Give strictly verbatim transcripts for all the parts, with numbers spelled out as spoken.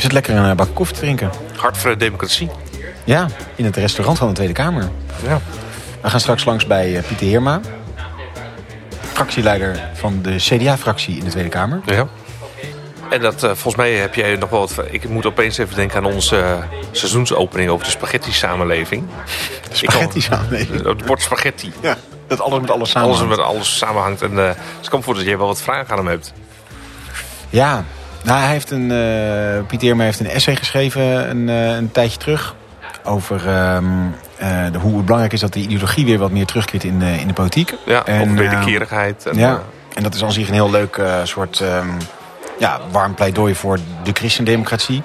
zit lekker een bak koffie te drinken. Hart voor de democratie. Ja, in het restaurant van de Tweede Kamer. Ja. We gaan straks langs bij uh, Pieter Heerma. Fractieleider van de C D A-fractie in de Tweede Kamer. Ja. En dat, uh, volgens mij heb jij nog wel wat... Ik moet opeens even denken aan onze uh, seizoensopening over de spaghetti-samenleving. De spaghetti-samenleving? Het bord spaghetti. Ja, dat alles met alles samenhangt. Alles met alles samenhangt. En uh, dus ik kan me voor dat jij wel wat vragen aan hem hebt. Ja, nou, hij heeft een, uh, Pieter Heerma heeft een essay geschreven een, uh, een tijdje terug. Over um, uh, de, hoe belangrijk is dat de ideologie weer wat meer terugkeert in de, in de politiek. Ja, en, over wederkerigheid. En, ja, uh, en dat is aan zich een heel leuk uh, soort um, ja, warm pleidooi voor de christendemocratie.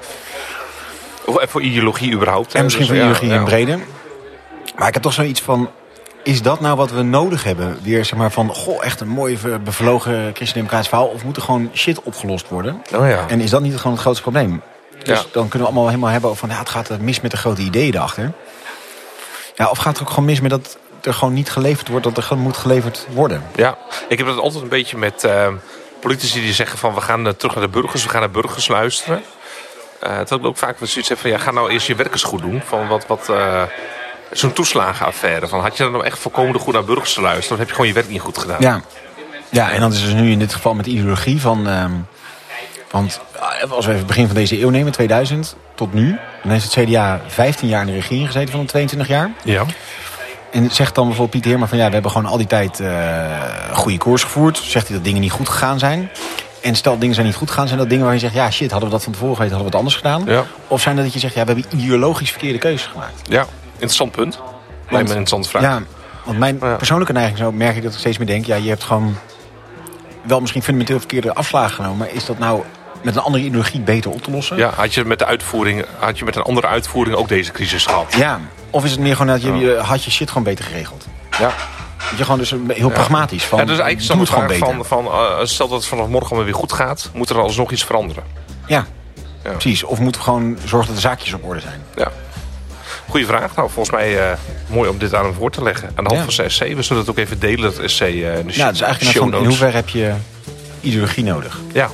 En voor ideologie überhaupt. En misschien dus, voor ideologie ja, in ja. brede. Maar ik heb toch zoiets van... Is dat nou wat we nodig hebben? Weer zeg maar van, goh, echt een mooi bevlogen christendemocratisch verhaal. Of moet er gewoon shit opgelost worden? Oh ja. En is dat niet gewoon het grootste probleem? Dus ja. dan kunnen we allemaal helemaal hebben over van, ja, het gaat er mis met de grote ideeën erachter. Ja, of gaat het ook gewoon mis met dat er gewoon niet geleverd wordt, dat er gewoon moet geleverd worden? Ja, ik heb dat altijd een beetje met uh, politici die zeggen van, we gaan uh, terug naar de burgers, we gaan naar burgers luisteren. Uh, het had ook vaak zoiets van, ja, ga nou eerst je werkers goed doen. Van wat, wat uh, zo'n toeslagenaffaire. Van, had je dan nou echt volkomen goed naar burgers te luisteren, of heb je gewoon je werk niet goed gedaan? Ja, ja, en dan is het dus nu in dit geval met ideologie van... Um, want als we even het begin van deze eeuw nemen, tweeduizend, tot nu... dan heeft het C D A vijftien jaar in de regering gezeten van de tweeëntwintig jaar. Ja. En zegt dan bijvoorbeeld Pieter Heerma van... ja, we hebben gewoon al die tijd uh, goede koers gevoerd. Zegt hij dat dingen niet goed gegaan zijn. En stel dingen zijn niet goed gegaan, zijn dat dingen waar je zegt... ja, shit, hadden we dat van tevoren geweten, hadden we het anders gedaan? Ja. Of zijn dat dat je zegt, ja, we hebben ideologisch verkeerde keuzes gemaakt? Ja, interessant punt. Lijkt me een interessante vraag. Ja, want mijn ja. persoonlijke neiging zo merk ik dat ik steeds meer denk... ja, je hebt gewoon wel misschien fundamenteel verkeerde afslagen genomen... maar is dat nou met een andere ideologie beter op te lossen? Ja, had je met de uitvoering, had je met een andere uitvoering ook deze crisis gehad? Ja, of is het meer gewoon dat je, je had je shit gewoon beter geregeld? Ja. Dat je gewoon dus heel pragmatisch van, ja, dus eigenlijk doe het gewoon vraag beter. Van, van, uh, stel dat het vanaf morgen allemaal weer goed gaat, moet er alsnog iets veranderen? Ja, ja. precies. Of moeten we gewoon zorgen dat de zaakjes op orde zijn? Ja. Goeie vraag. Nou, volgens mij uh, mooi om dit aan hem voor te leggen. Aan de hand ja. van zijn essay. We zullen het ook even delen, dat essay. Uh, in de ja, dus eigenlijk van, in hoeverre heb je ideologie nodig? Ja.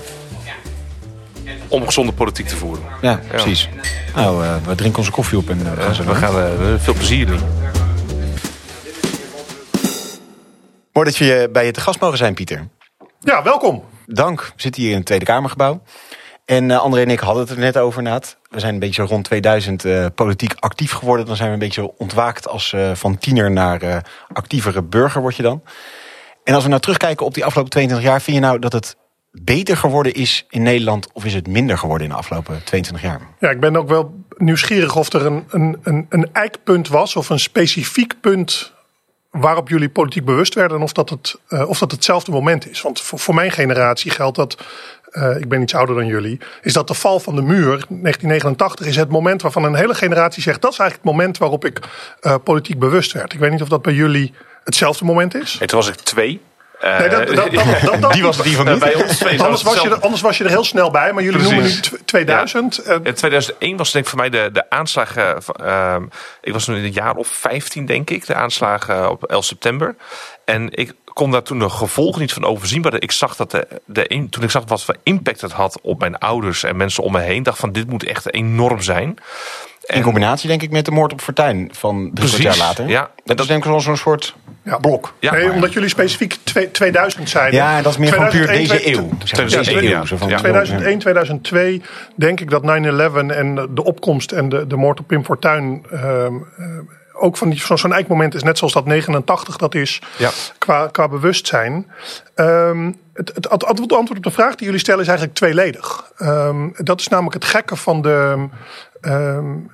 Om gezonde politiek te voeren. Ja, ja. precies. Nou, uh, we drinken onze koffie op en uh, we gaan, uh, we gaan uh, veel plezier doen. Mooi dat je bij je te gast mogen zijn, Pieter. Ja, welkom. Dank. We zitten hier in het Tweede Kamergebouw. En uh, André en ik hadden het er net over, Naat. We zijn een beetje zo rond tweeduizend uh, politiek actief geworden. Dan zijn we een beetje zo ontwaakt als uh, van tiener naar uh, actievere burger word je dan. En als we nou terugkijken op die afgelopen tweeëntwintig jaar... vind je nou dat het beter geworden is in Nederland... of is het minder geworden in de afgelopen tweeëntwintig jaar? Ja, ik ben ook wel nieuwsgierig of er een, een, een, een eikpunt was... of een specifiek punt waarop jullie politiek bewust werden... en of dat, het, uh, of dat hetzelfde moment is. Want voor, voor mijn generatie geldt dat... Uh, ik ben iets ouder dan jullie, is dat de val van de muur, negentien negenentachtig, is het moment waarvan een hele generatie zegt, dat is eigenlijk het moment waarop ik uh, politiek bewust werd. Ik weet niet of dat bij jullie hetzelfde moment is. En toen was ik twee. Uh, nee, dat, dat, dat, dat, dat, die was die van uh, bij ons twee. Anders was, je er, anders was je er heel snel bij, maar jullie Precies. noemen nu tweeduizend. Ja. In tweeduizend één was denk ik voor mij de, de aanslagen. Uh, ik was nu een jaar of vijftien, denk ik, de aanslagen op elf september. En ik kon daar toen de gevolgen niet van overzien. Maar ik zag dat de, de, toen ik zag wat voor impact het had op mijn ouders en mensen om me heen, dacht van dit moet echt enorm zijn. In combinatie denk ik met de moord op Fortuyn van drie jaar later. Ja. Dat is denk ik wel zo'n soort ja. blok. Ja, nee, omdat jullie specifiek tweeduizend zijn. Ja, dat is meer van puur deze eeuw. tweeduizend één, ja, ja. Ja. tweeduizend één, tweeduizend twee denk ik dat nine eleven en de opkomst en de, de moord op Pim Fortuyn... Um, um, ook van die, zo'n eikmoment is net zoals dat negenentachtig dat is ja. qua, qua bewustzijn. Um, het, het, het antwoord op de vraag die jullie stellen is eigenlijk tweeledig. Um, dat is namelijk het gekke van de... Um,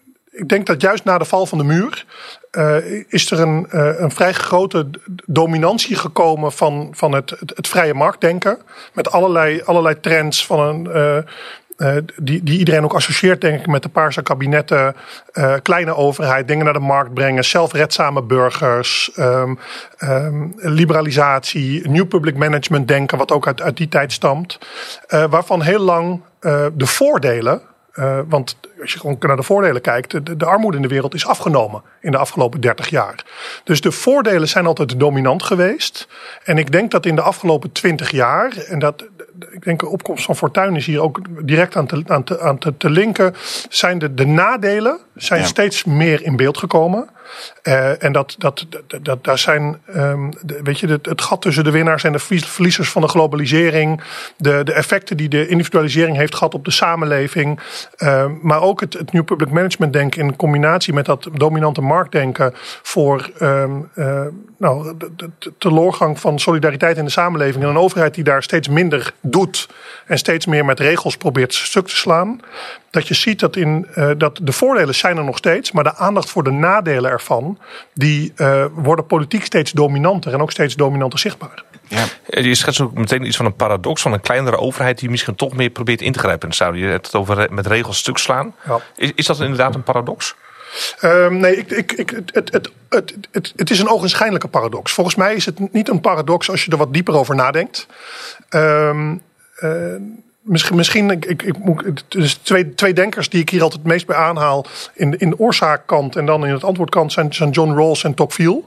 ik denk dat juist na de val van de muur uh, is er een, uh, een vrij grote dominantie gekomen van, van het, het, het vrije marktdenken. Met allerlei, allerlei trends van een... Uh, Uh, die, die iedereen ook associeert, denk ik, met de paarse kabinetten, uh, kleine overheid, dingen naar de markt brengen, zelfredzame burgers, um, um, liberalisatie, nieuw public management denken, wat ook uit, uit die tijd stamt. Uh, waarvan heel lang uh, de voordelen Uh, want als je gewoon naar de voordelen kijkt, de, de armoede in de wereld is afgenomen in de afgelopen dertig jaar. Dus de voordelen zijn altijd dominant geweest. En ik denk dat in de afgelopen twintig jaar, en dat ik denk de opkomst van Fortuyn is hier ook direct aan te, aan te, aan te, te linken, zijn de, de nadelen zijn ja. steeds meer in beeld gekomen. Uh, en dat, dat, dat, dat, daar zijn, um, de, weet je, het, het gat tussen de winnaars en de verliezers van de globalisering, de, de effecten die de individualisering heeft gehad op de samenleving, uh, maar ook het, het New Public Management denken in combinatie met dat dominante marktdenken voor um, uh, nou, de, de, de teleurgang van solidariteit in de samenleving en een overheid die daar steeds minder doet en steeds meer met regels probeert stuk te slaan. Dat je ziet dat, in, uh, dat de voordelen zijn er nog steeds, maar de aandacht voor de nadelen ervan, die uh, worden politiek steeds dominanter en ook steeds dominanter zichtbaar. Ja. Je schetst ook meteen iets van een paradox van een kleinere overheid die misschien toch meer probeert in te grijpen in het zuiden. Je hebt het over met regels stuk slaan. Ja. Is, is dat inderdaad een paradox? Um, nee, ik, ik, ik, het, het, het, het, het, het is een ogenschijnlijke paradox. Volgens mij is het niet een paradox als je er wat dieper over nadenkt. Um, uh, Misschien, misschien ik, ik, ik moet, dus twee, twee denkers die ik hier altijd het meest bij aanhaal in, in de oorzaakkant en dan in het antwoordkant zijn, zijn John Rawls en Tocqueville.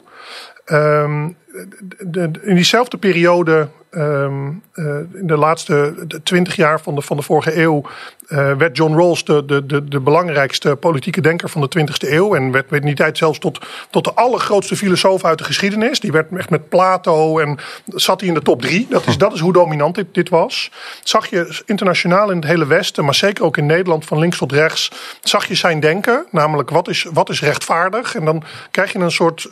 Um, de, de, in diezelfde periode, um, uh, in de laatste twintig jaar van de, van de vorige eeuw, uh, werd John Rawls de, de, de, de belangrijkste politieke denker van de twintigste eeuw. En werd, werd in die tijd zelfs tot, tot de allergrootste filosoof uit de geschiedenis. Die werd echt met Plato en zat hij in de top drie. Dat is, dat is hoe dominant dit, dit was. Zag je internationaal in het hele Westen, maar zeker ook in Nederland van links tot rechts, zag je zijn denken. Namelijk, wat is, wat is rechtvaardig? En dan krijg je een soort,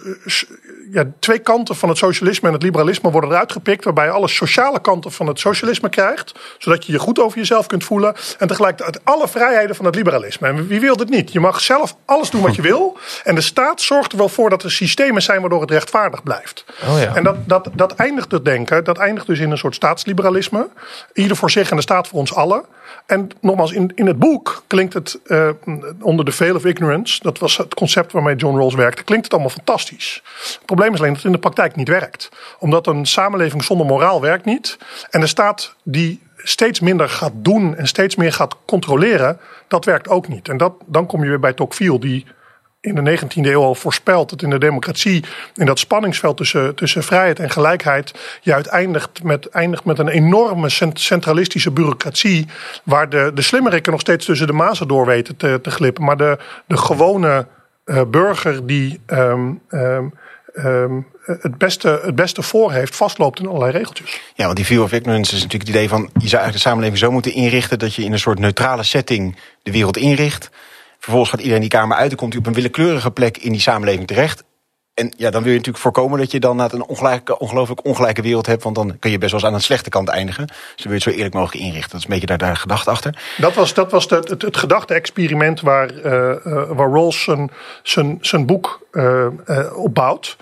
ja, twee kanten van het socialisme en het liberalisme worden eruit gepikt, waarbij je alle sociale kanten van het socialisme krijgt, zodat je je goed over jezelf kunt voelen, en tegelijkertijd alle vrijheden van het liberalisme. En wie wil dit niet? Je mag zelf alles doen wat je wil, en de staat zorgt er wel voor dat er systemen zijn waardoor het rechtvaardig blijft. Oh ja. En dat, dat, dat eindigt het denken, dat eindigt dus in een soort staatsliberalisme. Ieder voor zich en de staat voor ons allen. En nogmaals, in, in het boek klinkt het uh, onder the veil of ignorance, dat was het concept waarmee John Rawls werkte, klinkt het allemaal fantastisch. Het probleem is alleen dat het in de praktijk niet werkt. Omdat een samenleving zonder moraal werkt niet. En de staat die steeds minder gaat doen en steeds meer gaat controleren, dat werkt ook niet. En dat, dan kom je weer bij Tocqueville, die in de negentiende eeuw al voorspelt dat in de democratie, in dat spanningsveld tussen, tussen vrijheid en gelijkheid, je uiteindelijk met, eindigt met een enorme centralistische bureaucratie, waar de, de slimmerikken nog steeds tussen de mazen door weten te, te glippen. Maar de, de gewone uh, burger die um, um, um, het, beste, het beste voor heeft, vastloopt in allerlei regeltjes. Ja, want die veil of ignorance is natuurlijk het idee van, je zou eigenlijk de samenleving zo moeten inrichten dat je in een soort neutrale setting de wereld inricht. Vervolgens gaat iedereen die kamer uit en komt hij op een willekeurige plek in die samenleving terecht. En ja, dan wil je natuurlijk voorkomen dat je dan na een ongelijke, ongelooflijk ongelijke wereld hebt. Want dan kun je best wel eens aan de slechte kant eindigen. Dus dan wil je het zo eerlijk mogelijk inrichten. Dat is een beetje daar, daar gedachte achter. Dat was, dat was de, het, het gedachte-experiment waar, uh, uh, waar Rawls zijn, zijn, zijn boek uh, uh, op bouwt.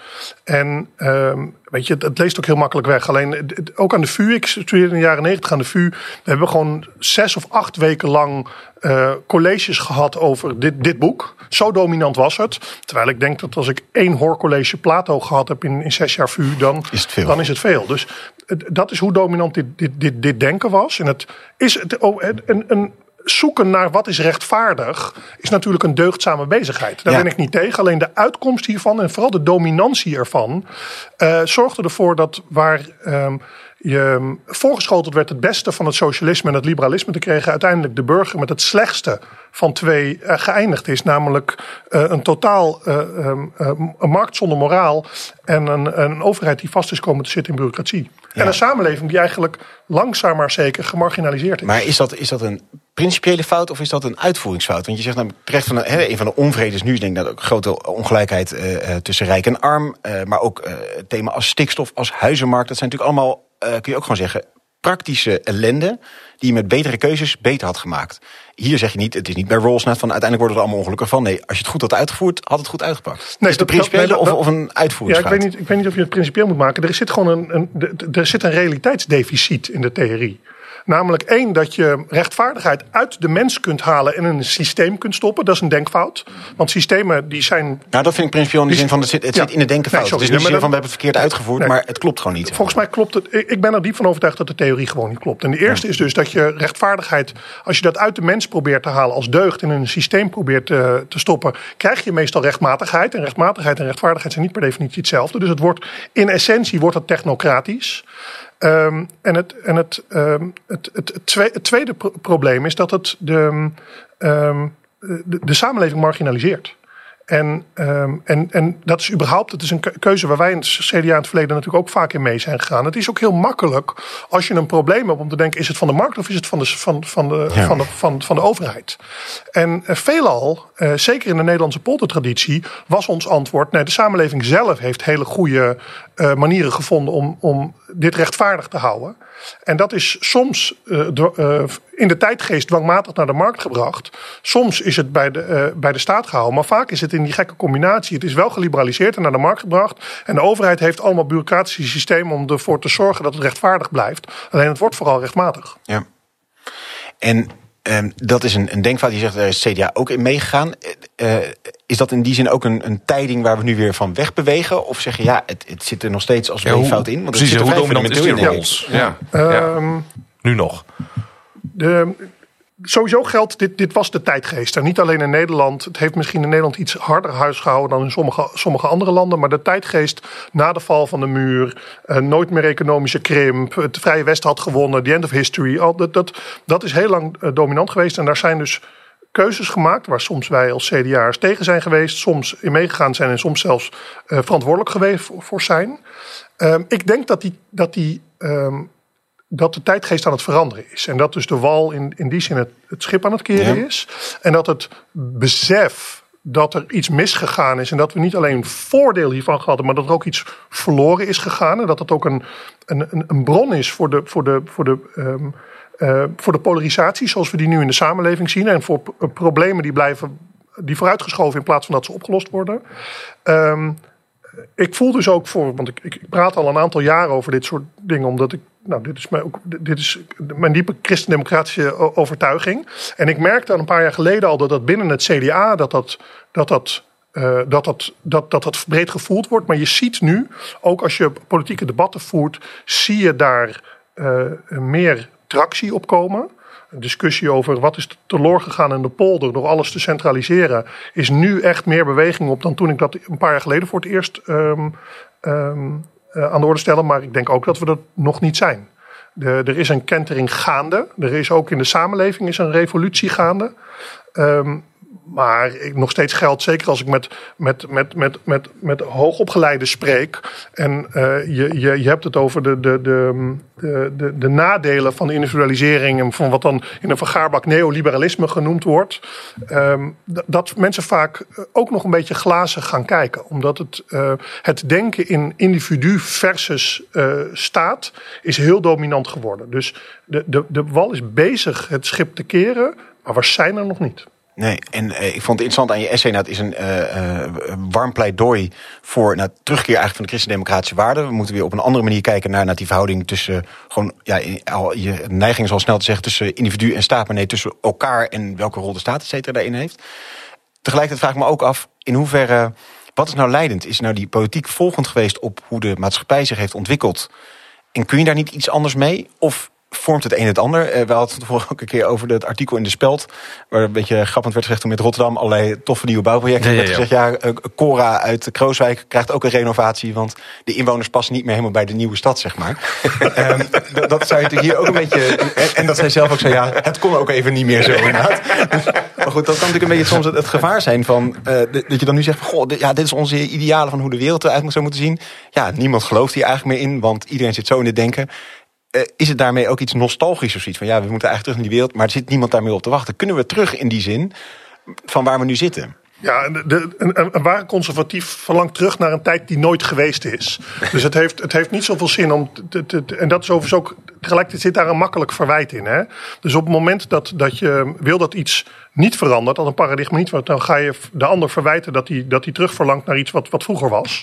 En uh, weet je, het, het leest ook heel makkelijk weg. Alleen het, ook aan de V U, ik studeerde in de jaren negentig aan de V U. We hebben gewoon zes of acht weken lang uh, colleges gehad over dit, dit boek. Zo dominant was het. Terwijl ik denk dat als ik één hoorcollege Plato gehad heb in, in zes jaar V U, dan is het veel. Dan is het veel. Dus het, dat is hoe dominant dit, dit, dit, dit denken was. En het is het, oh, een, een zoeken naar wat is rechtvaardig is natuurlijk een deugdzame bezigheid. Daar ja. ben ik niet tegen. Alleen de uitkomst hiervan en vooral de dominantie ervan uh, zorgde ervoor dat waar um, je voorgeschoteld werd het beste van het socialisme en het liberalisme te krijgen, uiteindelijk de burger met het slechtste van twee uh, geëindigd is. Namelijk uh, een totaal uh, um, uh, een markt zonder moraal en een, een overheid die vast is komen te zitten in bureaucratie. Ja. En een samenleving die eigenlijk langzaam maar zeker gemarginaliseerd is. Maar is dat, is dat een principiële fout of is dat een uitvoeringsfout? Want je zegt nou terecht van een, een van de onvredes nu, denk ik dat ook grote ongelijkheid uh, tussen rijk en arm, uh, maar ook uh, thema als stikstof, als huizenmarkt, dat zijn natuurlijk allemaal, uh, kun je ook gewoon zeggen, praktische ellende die je met betere keuzes beter had gemaakt. Hier zeg je niet, het is niet bij Rawls net van uiteindelijk worden er allemaal ongelukkig van. Nee, als je het goed had uitgevoerd, had het goed uitgepakt. Nee, is het een principiële nee, of, of een uitvoeringsfout? Ja, ik weet, niet, ik weet niet of je het principieel moet maken. Er zit gewoon een, een, er zit een realiteitsdeficit in de theorie. Namelijk één, dat je rechtvaardigheid uit de mens kunt halen en in een systeem kunt stoppen. Dat is een denkfout. Want systemen die zijn... Nou, dat vind ik principieel in de zin van het zit, het zit in de denkenfout. Nee, het is niet zo van we hebben het verkeerd uitgevoerd, nee, maar het klopt gewoon niet. Volgens mij klopt het. Ik ben er diep van overtuigd dat de theorie gewoon niet klopt. En de eerste ja. is dus dat je rechtvaardigheid, als je dat uit de mens probeert te halen als deugd en in een systeem probeert te, te stoppen, krijg je meestal rechtmatigheid. En rechtmatigheid en rechtvaardigheid zijn niet per definitie hetzelfde. Dus het wordt in essentie wordt het technocratisch. Um, en het, en het, um, het, het, het, tweede, het tweede pro- probleem is dat het de, um, de, de samenleving marginaliseert. En, um, en, en dat is überhaupt, het is een keuze waar wij in het C D A in het verleden natuurlijk ook vaak in mee zijn gegaan. Het is ook heel makkelijk als je een probleem hebt om te denken, is het van de markt of is het van de, van, van de, ja. van de, van, van de overheid? En uh, veelal, uh, zeker in de Nederlandse poldertraditie, was ons antwoord, nee, de samenleving zelf heeft hele goede uh, manieren gevonden om, om dit rechtvaardig te houden. En dat is soms uh, do, uh, in de tijdgeest dwangmatig naar de markt gebracht. Soms is het bij de, uh, bij de staat gehouden. Maar vaak is het in die gekke combinatie. Het is wel geliberaliseerd en naar de markt gebracht. En de overheid heeft allemaal bureaucratische systemen om ervoor te zorgen dat het rechtvaardig blijft. Alleen het wordt vooral rechtmatig. Ja. En um, dat is een, een denkfout. Die zegt, daar is het C D A ook in meegegaan. Uh, is dat in die zin ook een, een tijding waar we nu weer van wegbewegen? Of zeg je, ja, het, het zit er nog steeds als een ja, fout in? Want precies, het zit hoe dominant is die rols? Ja. Ja. Ja. Um, nu nog. De, sowieso geldt, dit, dit was de tijdgeest. En niet alleen in Nederland. Het heeft misschien in Nederland iets harder huisgehouden dan in sommige, sommige andere landen. Maar de tijdgeest na de val van de muur. Uh, nooit meer economische krimp. Het Vrije Westen had gewonnen. The end of history. Al, dat, dat, dat is heel lang uh, dominant geweest. En daar zijn dus keuzes gemaakt waar soms wij als C D A'ers tegen zijn geweest, soms in meegegaan zijn en soms zelfs uh, verantwoordelijk geweest voor, voor zijn. Um, ik denk dat, die, dat, die, um, dat de tijdgeest aan het veranderen is. En dat dus de wal in, in die zin het, het schip aan het keren ja. is. En dat het besef dat er iets misgegaan is en dat we niet alleen voordeel hiervan gehad hebben, maar dat er ook iets verloren is gegaan. En dat het ook een, een, een bron is voor de, voor de, voor de um, Uh, voor de polarisatie zoals we die nu in de samenleving zien. En voor p- problemen die blijven die vooruitgeschoven in plaats van dat ze opgelost worden. Um, ik voel dus ook voor, want ik, ik praat al een aantal jaren over dit soort dingen. Omdat ik, nou dit is mijn, ook, dit is mijn diepe christendemocratische overtuiging. En ik merkte al een paar jaar geleden al dat dat binnen het C D A, dat dat, dat, dat Uh, dat, dat, dat, dat dat breed gevoeld wordt. Maar je ziet nu, ook als je politieke debatten voert, zie je daar uh, meer tractie opkomen. Een discussie over wat is teloor gegaan in de polder door alles te centraliseren, is nu echt meer beweging op dan toen ik dat een paar jaar geleden voor het eerst um, um, uh, aan de orde stelde. Maar ik denk ook dat we dat nog niet zijn. De, er is een kentering gaande. Er is ook in de samenleving is een revolutie gaande. Um, Maar nog steeds geldt, zeker als ik met, met, met, met, met, met hoogopgeleiden spreek. En uh, je, je, je hebt het over de, de, de, de, de nadelen van de individualisering. En van wat dan in een vergaarbak neoliberalisme genoemd wordt. Um, dat mensen vaak ook nog een beetje glazig gaan kijken. Omdat het, uh, het denken in individu versus uh, staat is heel dominant geworden. Dus de, de, de wal is bezig het schip te keren, maar we zijn er nog niet. Nee, en uh, ik vond het interessant aan je essay, nou, het is een uh, uh, warm pleidooi voor nou, terugkeer eigenlijk van de christendemocratische waarden. We moeten weer op een andere manier kijken naar, naar die verhouding tussen, uh, gewoon, ja, al, je neiging is al snel te zeggen, tussen individu en staat, maar nee, tussen elkaar en welke rol de staat, et cetera, daarin heeft. Tegelijkertijd vraag ik me ook af, in hoeverre, wat is nou leidend? Is nou die politiek volgend geweest op hoe de maatschappij zich heeft ontwikkeld? En kun je daar niet iets anders mee? Of vormt het een het ander? Uh, we hadden het vorige ook een keer over het artikel in de Speld, waar een beetje grappend werd gezegd toen met Rotterdam allerlei toffe nieuwe bouwprojecten. Ja, ja, ja. werd gezegd, ja, uh, Cora uit Krooswijk krijgt ook een renovatie, want de inwoners passen niet meer helemaal bij de nieuwe stad, zeg maar. um, d- dat zou je natuurlijk hier ook een beetje, en, en dat zij zelf ook zo, ja, het kon ook even niet meer zo inderdaad. Maar goed, dat kan natuurlijk een beetje soms het, het gevaar zijn van, uh, dat je dan nu zegt, goh, dit, ja, dit is onze idealen van hoe de wereld eruit zou moeten zien. Ja, niemand gelooft hier eigenlijk meer in, want iedereen zit zo in het denken. Uh, is het daarmee ook iets nostalgisch of zoiets? Van ja, we moeten eigenlijk terug in die wereld, maar er zit niemand daarmee op te wachten. Kunnen we terug in die zin van waar we nu zitten? Ja, de, de, een, een ware conservatief verlangt terug naar een tijd die nooit geweest is. Dus het heeft, het heeft niet zoveel zin om... Te, te, te, en dat is overigens ook... Tegelijkertijd zit daar een makkelijk verwijt in. Hè? Dus op het moment dat, dat je wil dat iets niet verandert, dat een paradigma niet verandert, dan ga je de ander verwijten dat hij dat hij terug verlangt naar iets wat, wat vroeger was.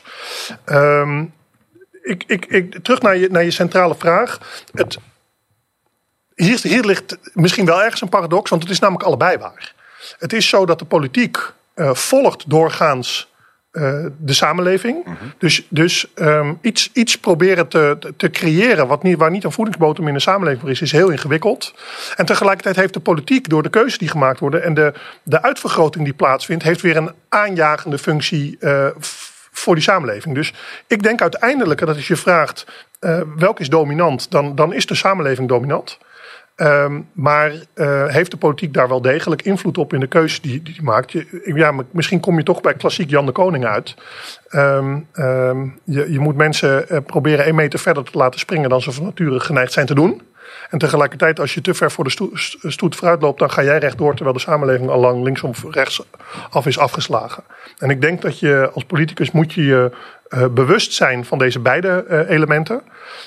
Um, Ik, ik, ik, terug naar je, naar je centrale vraag. Het, hier, hier ligt misschien wel ergens een paradox, want het is namelijk allebei waar. Het is zo dat de politiek uh, volgt doorgaans uh, de samenleving. Mm-hmm. Dus, dus um, iets, iets proberen te, te creëren wat niet, waar niet een voedingsbodem in de samenleving voor is, is heel ingewikkeld. En tegelijkertijd heeft de politiek door de keuzes die gemaakt worden en de, de uitvergroting die plaatsvindt, heeft weer een aanjagende functie uh, voor die samenleving. Dus ik denk uiteindelijk dat als je vraagt uh, welk is dominant, dan, dan is de samenleving dominant. Um, maar uh, heeft de politiek daar wel degelijk invloed op in de keuzes die die maakt? Je, ja, misschien kom je toch bij klassiek Jan de Koning uit. Um, um, je, je moet mensen uh, proberen één meter verder te laten springen dan ze van nature geneigd zijn te doen. En tegelijkertijd, als je te ver voor de sto- stoet vooruit loopt, dan ga jij rechtdoor, terwijl de samenleving al lang linksom of rechts af is afgeslagen. En ik denk dat je als politicus moet je je uh, bewust zijn van deze beide uh, elementen.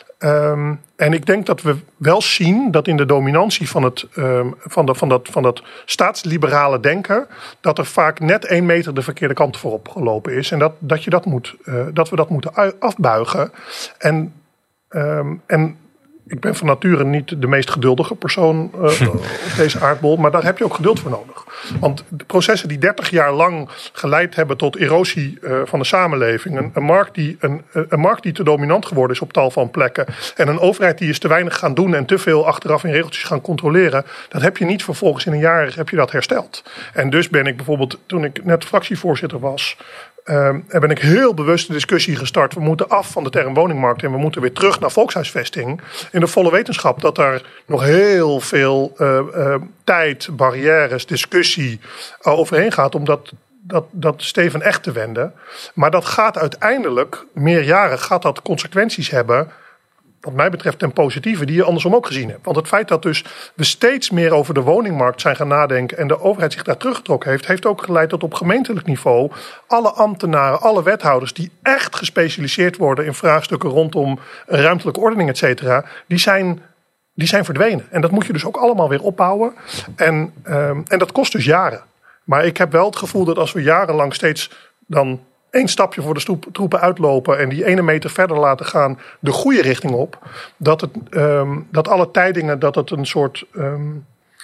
Um, en ik denk dat we wel zien dat in de dominantie van, het, um, van, de, van, dat, van dat staatsliberale denken, dat er vaak net één meter de verkeerde kant voorop gelopen is. En dat, dat, je dat, moet, uh, dat we dat moeten afbuigen. En, um, en ik ben van nature niet de meest geduldige persoon uh, op deze aardbol, maar daar heb je ook geduld voor nodig. Want de processen die dertig jaar lang geleid hebben tot erosie uh, van de samenleving, een, een, markt die, een, een markt die te dominant geworden is op tal van plekken en een overheid die is te weinig gaan doen en te veel achteraf in regeltjes gaan controleren, dat heb je niet vervolgens in een jaar heb je dat hersteld. En dus ben ik bijvoorbeeld, toen ik net fractievoorzitter was, Um, en ben ik heel bewust de discussie gestart. We moeten af van de term woningmarkt en we moeten weer terug naar volkshuisvesting. In de volle wetenschap dat er nog heel veel uh, uh, tijd, barrières, discussie uh, overheen gaat om dat, dat, dat steven echt te wenden. Maar dat gaat uiteindelijk, meerjarig, gaat dat consequenties hebben, wat mij betreft ten positieve, die je andersom ook gezien hebt. Want het feit dat dus we steeds meer over de woningmarkt zijn gaan nadenken en de overheid zich daar teruggetrokken heeft, heeft ook geleid tot op gemeentelijk niveau alle ambtenaren, alle wethouders die echt gespecialiseerd worden in vraagstukken rondom ruimtelijke ordening, et cetera, die zijn, die zijn verdwenen. En dat moet je dus ook allemaal weer opbouwen. En, um, en dat kost dus jaren. Maar ik heb wel het gevoel dat als we jarenlang steeds dan één stapje voor de stoep, troepen uitlopen en die ene meter verder laten gaan de goede richting op, dat, het, um, dat alle tijdingen, dat het een soort, um,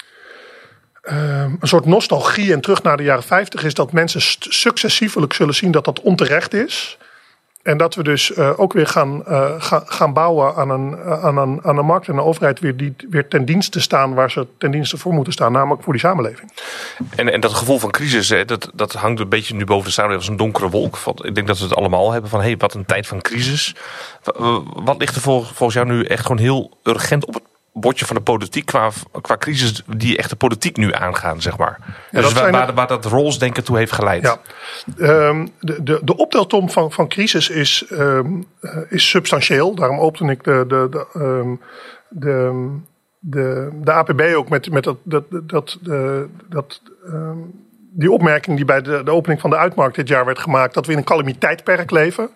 um, een soort nostalgie en terug naar de jaren vijftig is, dat mensen st- successievelijk zullen zien dat dat onterecht is. En dat we dus uh, ook weer gaan, uh, ga, gaan bouwen aan een, uh, aan, een, aan een markt en een overheid weer die weer ten dienste staan waar ze ten dienste voor moeten staan, namelijk voor die samenleving. En, en dat gevoel van crisis, hè, dat, dat hangt een beetje nu boven de samenleving als een donkere wolk. Ik denk dat we het allemaal hebben van, hé, hey, wat een tijd van crisis. Wat ligt er vol, volgens jou nu echt gewoon heel urgent op het bordje van de politiek qua, qua crisis die echt de politiek nu aangaan, zeg maar. Ja, dus waar, waar, waar dat Rawls-denken toe heeft geleid. Ja. Um, de, de, de optelsom van, van crisis is, um, uh, is substantieel. Daarom opende ik de, de, de, um, de, de, de A P B ook met, met dat, dat, dat, de, dat um, die opmerking die bij de, de opening van de uitmarkt dit jaar werd gemaakt, dat we in een calamiteitperk leven.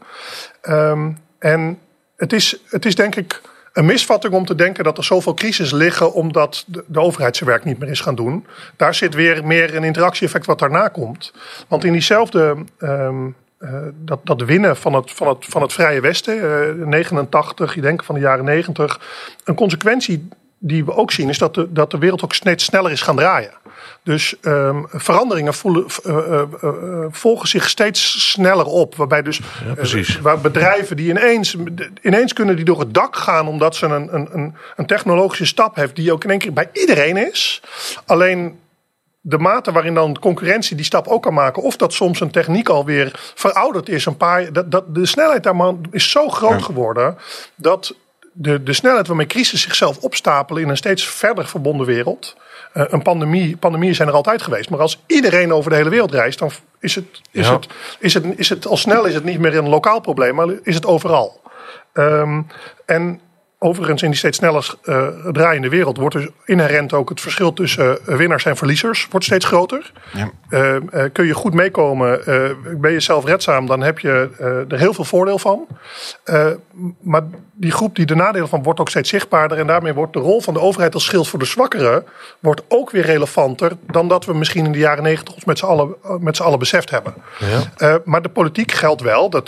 Um, en het is, het is denk ik een misvatting om te denken dat er zoveel crisis liggen omdat de, de overheid zijn werk niet meer is gaan doen. Daar zit weer meer een interactie-effect wat daarna komt. Want in diezelfde, um, uh, dat, dat winnen van het, van, het, van het Vrije Westen, uh, negenentachtig, je denkt van de jaren negentig, een consequentie die we ook zien is dat de, dat de wereld ook steeds sneller is gaan draaien. Dus um, veranderingen voelen, uh, uh, uh, volgen zich steeds sneller op. Waarbij dus ja, uh, waar bedrijven die ineens, ineens kunnen die door het dak gaan omdat ze een, een, een technologische stap heeft die ook in één keer bij iedereen is. Alleen de mate waarin dan concurrentie die stap ook kan maken, of dat soms een techniek alweer verouderd is, een paar, dat, dat, de snelheid daarvan is zo groot ja. geworden dat de, de snelheid waarmee crisis zichzelf opstapelen in een steeds verder verbonden wereld. Uh, een pandemie, pandemieën zijn er altijd geweest. Maar als iedereen over de hele wereld reist, dan is het, is ja. het, is het, is het al snel is het niet meer een lokaal probleem, maar is het overal. Um, en overigens in die steeds sneller uh, draaiende wereld wordt dus inherent ook het verschil tussen uh, winnaars en verliezers wordt steeds groter. Ja. Uh, uh, kun je goed meekomen, uh, ben je zelfredzaam, dan heb je uh, er heel veel voordeel van. Uh, maar die groep die de nadelen van wordt ook steeds zichtbaarder en daarmee wordt de rol van de overheid als schild voor de zwakkeren wordt ook weer relevanter dan dat we misschien in de jaren negentig ons met z'n allen, met z'n allen beseft hebben. Ja. Uh, maar de politiek geldt wel, dat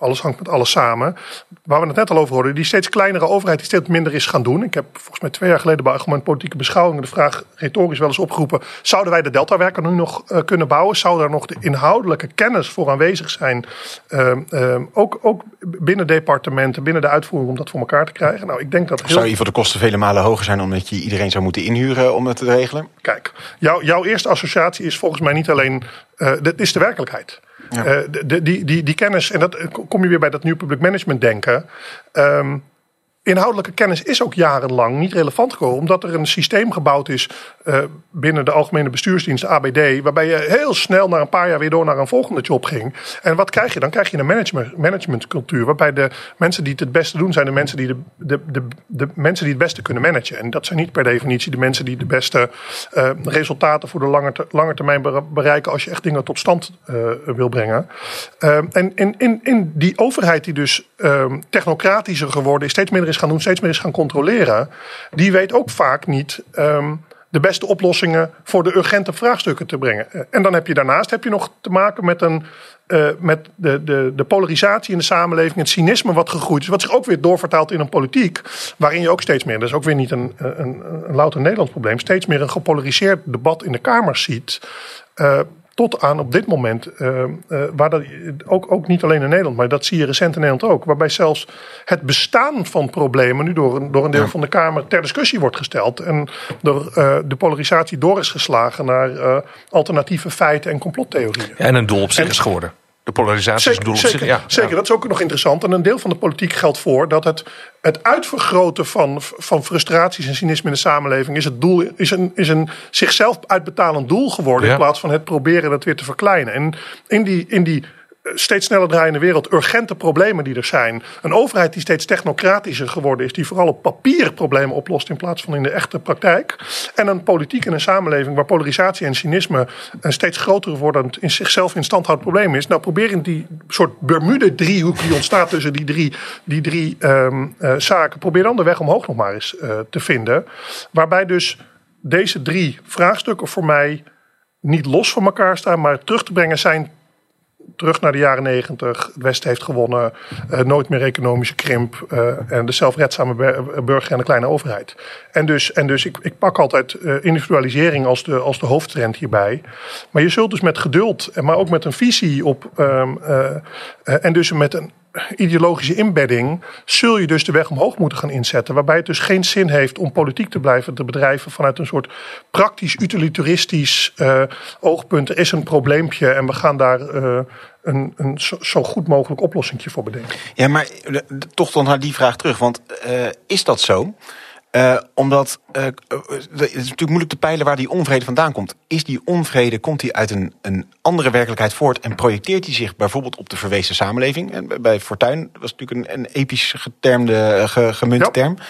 alles hangt met alles samen. Waar we het net al over hoorden, die steeds kleinere overheid die steeds minder is gaan doen. Ik heb volgens mij twee jaar geleden bij Argument Politieke Beschouwingen de vraag retorisch wel eens opgeroepen. Zouden wij de Deltawerken nu nog uh, kunnen bouwen? Zou daar nog de inhoudelijke kennis voor aanwezig zijn? Uh, uh, ook, ook binnen departementen, binnen de uitvoering om dat voor elkaar te krijgen. Nou, ik denk dat heel... Zou in ieder geval de kosten vele malen hoger zijn omdat je iedereen zou moeten inhuren om het te regelen? Kijk, jou, jouw eerste associatie is volgens mij niet alleen... Uh, dat is de werkelijkheid. Ja. Uh, de, die, die, die kennis, en dat kom je weer bij dat nieuw public management denken. Um, Inhoudelijke kennis is ook jarenlang niet relevant geworden. Omdat er een systeem gebouwd is uh, binnen de Algemene Bestuursdienst, de A B D. Waarbij je heel snel na een paar jaar weer door naar een volgende job ging. En wat krijg je? Dan krijg je een management, managementcultuur. Waarbij de mensen die het het beste doen zijn de mensen die, de, de, de, de mensen die het beste kunnen managen. En dat zijn niet per definitie de mensen die de beste uh, resultaten voor de lange, te, lange termijn bereiken. Als je echt dingen tot stand uh, wil brengen. Uh, en in, in, in die overheid die dus uh, technocratischer geworden is, steeds minder is gaan doen, steeds meer is gaan controleren, die weet ook vaak niet um, de beste oplossingen voor de urgente vraagstukken te brengen. Uh, en dan heb je daarnaast heb je nog te maken met, een, uh, met de, de, de polarisatie in de samenleving, het cynisme wat gegroeid is, wat zich ook weer doorvertaalt in een politiek, waarin je ook steeds meer, dat is ook weer niet een, een, een louter Nederlands probleem, steeds meer een gepolariseerd debat in de Kamers ziet. Uh, Tot aan op dit moment, uh, uh, waar dat ook, ook niet alleen in Nederland, maar dat zie je recent in Nederland ook. Waarbij zelfs het bestaan van problemen nu door een, door een deel ja. van de Kamer ter discussie wordt gesteld. En door uh, de polarisatie door is geslagen naar uh, alternatieve feiten en complottheorieën. Ja, en een doel op zich en, is geworden. De polarisatie zeker, is een doel op zeker, zich. Ja, zeker, ja. dat is ook nog interessant. En een deel van de politiek geldt voor dat het, het uitvergroten van, van frustraties en cynisme in de samenleving is, het doel, is, een, is een zichzelf uitbetalend doel geworden. Ja. In plaats van het proberen dat weer te verkleinen. En in die, in die steeds sneller draaiende wereld, urgente problemen die er zijn. Een overheid die steeds technocratischer geworden is, die vooral op papier problemen oplost in plaats van in de echte praktijk. En een politiek en een samenleving waar polarisatie en cynisme een steeds groter wordend in zichzelf in stand houdend probleem is. Nou, proberen die soort Bermuda-driehoek die ontstaat tussen die drie, die drie um, uh, zaken, probeer dan de weg omhoog nog maar eens uh, te vinden. Waarbij dus deze drie vraagstukken voor mij niet los van elkaar staan, maar terug te brengen zijn terug naar de jaren negentig. Het Westen heeft gewonnen. Uh, nooit meer economische krimp. Uh, en de zelfredzame burger en de kleine overheid. En dus, en dus ik, ik pak altijd uh, individualisering als de, als de hoofdtrend hierbij. Maar je zult dus met geduld, maar ook met een visie op um, uh, uh, en dus met een ideologische inbedding zul je dus de weg omhoog moeten gaan inzetten. Waarbij het dus geen zin heeft om politiek te blijven te bedrijven vanuit een soort praktisch utilitaristisch uh, oogpunt. Er is een probleempje en we gaan daar uh, een, een zo, zo goed mogelijk oplossingje voor bedenken. Ja, maar toch dan naar die vraag terug. Want uh, is dat zo? Uh, omdat uh, het is natuurlijk moeilijk te peilen waar die onvrede vandaan komt. Is die onvrede, komt die uit een, een andere werkelijkheid voort en projecteert die zich bijvoorbeeld op de verwezen samenleving? En bij Fortuyn was natuurlijk een, een episch getermde, ge, gemunte ja. term.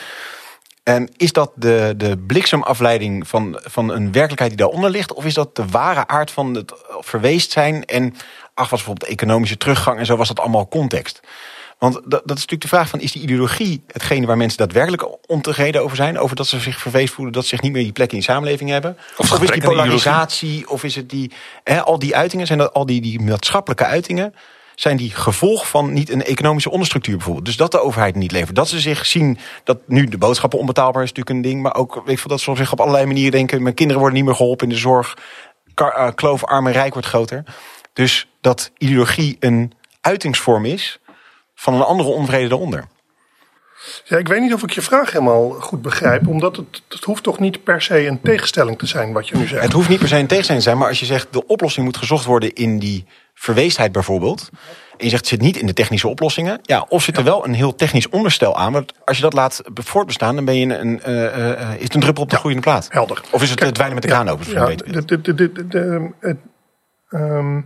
En is dat de, de bliksemafleiding van, van een werkelijkheid die daaronder ligt? Of is dat de ware aard van het verweest zijn? En ach, was bijvoorbeeld de economische teruggang en zo, was dat allemaal context? Want dat, dat is natuurlijk de vraag van, is die ideologie hetgene waar mensen daadwerkelijk ontevreden over zijn? Over dat ze zich verweest voelen, dat ze zich niet meer die plek in die samenleving hebben? Of, of is die polarisatie, of is het die, hè, al die uitingen, zijn dat al die, die maatschappelijke uitingen, zijn die gevolg van niet een economische onderstructuur bijvoorbeeld? Dus dat de overheid niet levert. Dat ze zich zien, dat nu de boodschappen onbetaalbaar is natuurlijk een ding, maar ook weet ik veel, dat ze zich op allerlei manieren denken, mijn kinderen worden niet meer geholpen in de zorg, Kar, uh, kloof arm en rijk wordt groter. Dus dat ideologie een uitingsvorm is van een andere onvrede daaronder. Ja, ik weet niet of ik je vraag helemaal goed begrijp. Omdat het, het hoeft toch niet per se een tegenstelling te zijn wat je nu zegt. Het hoeft niet per se een tegenstelling te zijn. Maar als je zegt de oplossing moet gezocht worden in die verweesdheid bijvoorbeeld. En je zegt het zit niet in de technische oplossingen. Ja, of zit er wel een heel technisch onderstel aan. Want als je dat laat voortbestaan, dan ben je een, uh, uh, is het een druppel op de ja, groeiende plaat. Helder. Of is het het dweilen met de kraan open? Ja, ja, de, de, de, de, de, de, um,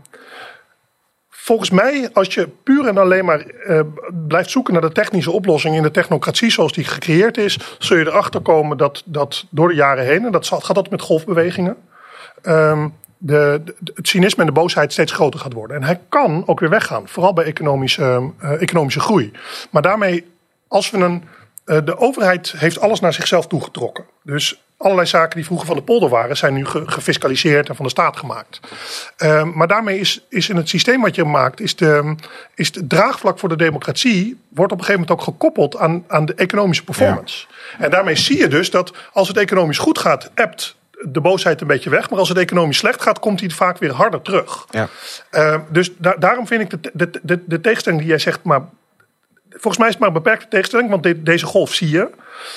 Volgens mij, als je puur en alleen maar uh, blijft zoeken naar de technische oplossing in de technocratie zoals die gecreëerd is, zul je erachter komen dat, dat door de jaren heen, en dat gaat dat met golfbewegingen, um, de, de, het cynisme en de boosheid steeds groter gaat worden. En hij kan ook weer weggaan, vooral bij economische, uh, economische groei. Maar daarmee, als we een, uh, de overheid heeft alles naar zichzelf toegetrokken. Dus allerlei zaken die vroeger van de polder waren, zijn nu ge- gefiscaliseerd en van de staat gemaakt. Uh, maar daarmee is, is in het systeem wat je maakt, is de, is de draagvlak voor de democratie wordt op een gegeven moment ook gekoppeld aan, aan de economische performance. Ja. En daarmee zie je dus dat als het economisch goed gaat, ebt de boosheid een beetje weg. Maar als het economisch slecht gaat, komt hij vaak weer harder terug. Ja. Uh, dus da- daarom vind ik de, de, de, de tegenstelling die jij zegt, maar volgens mij is het maar een beperkte tegenstelling, want de, deze golf zie je.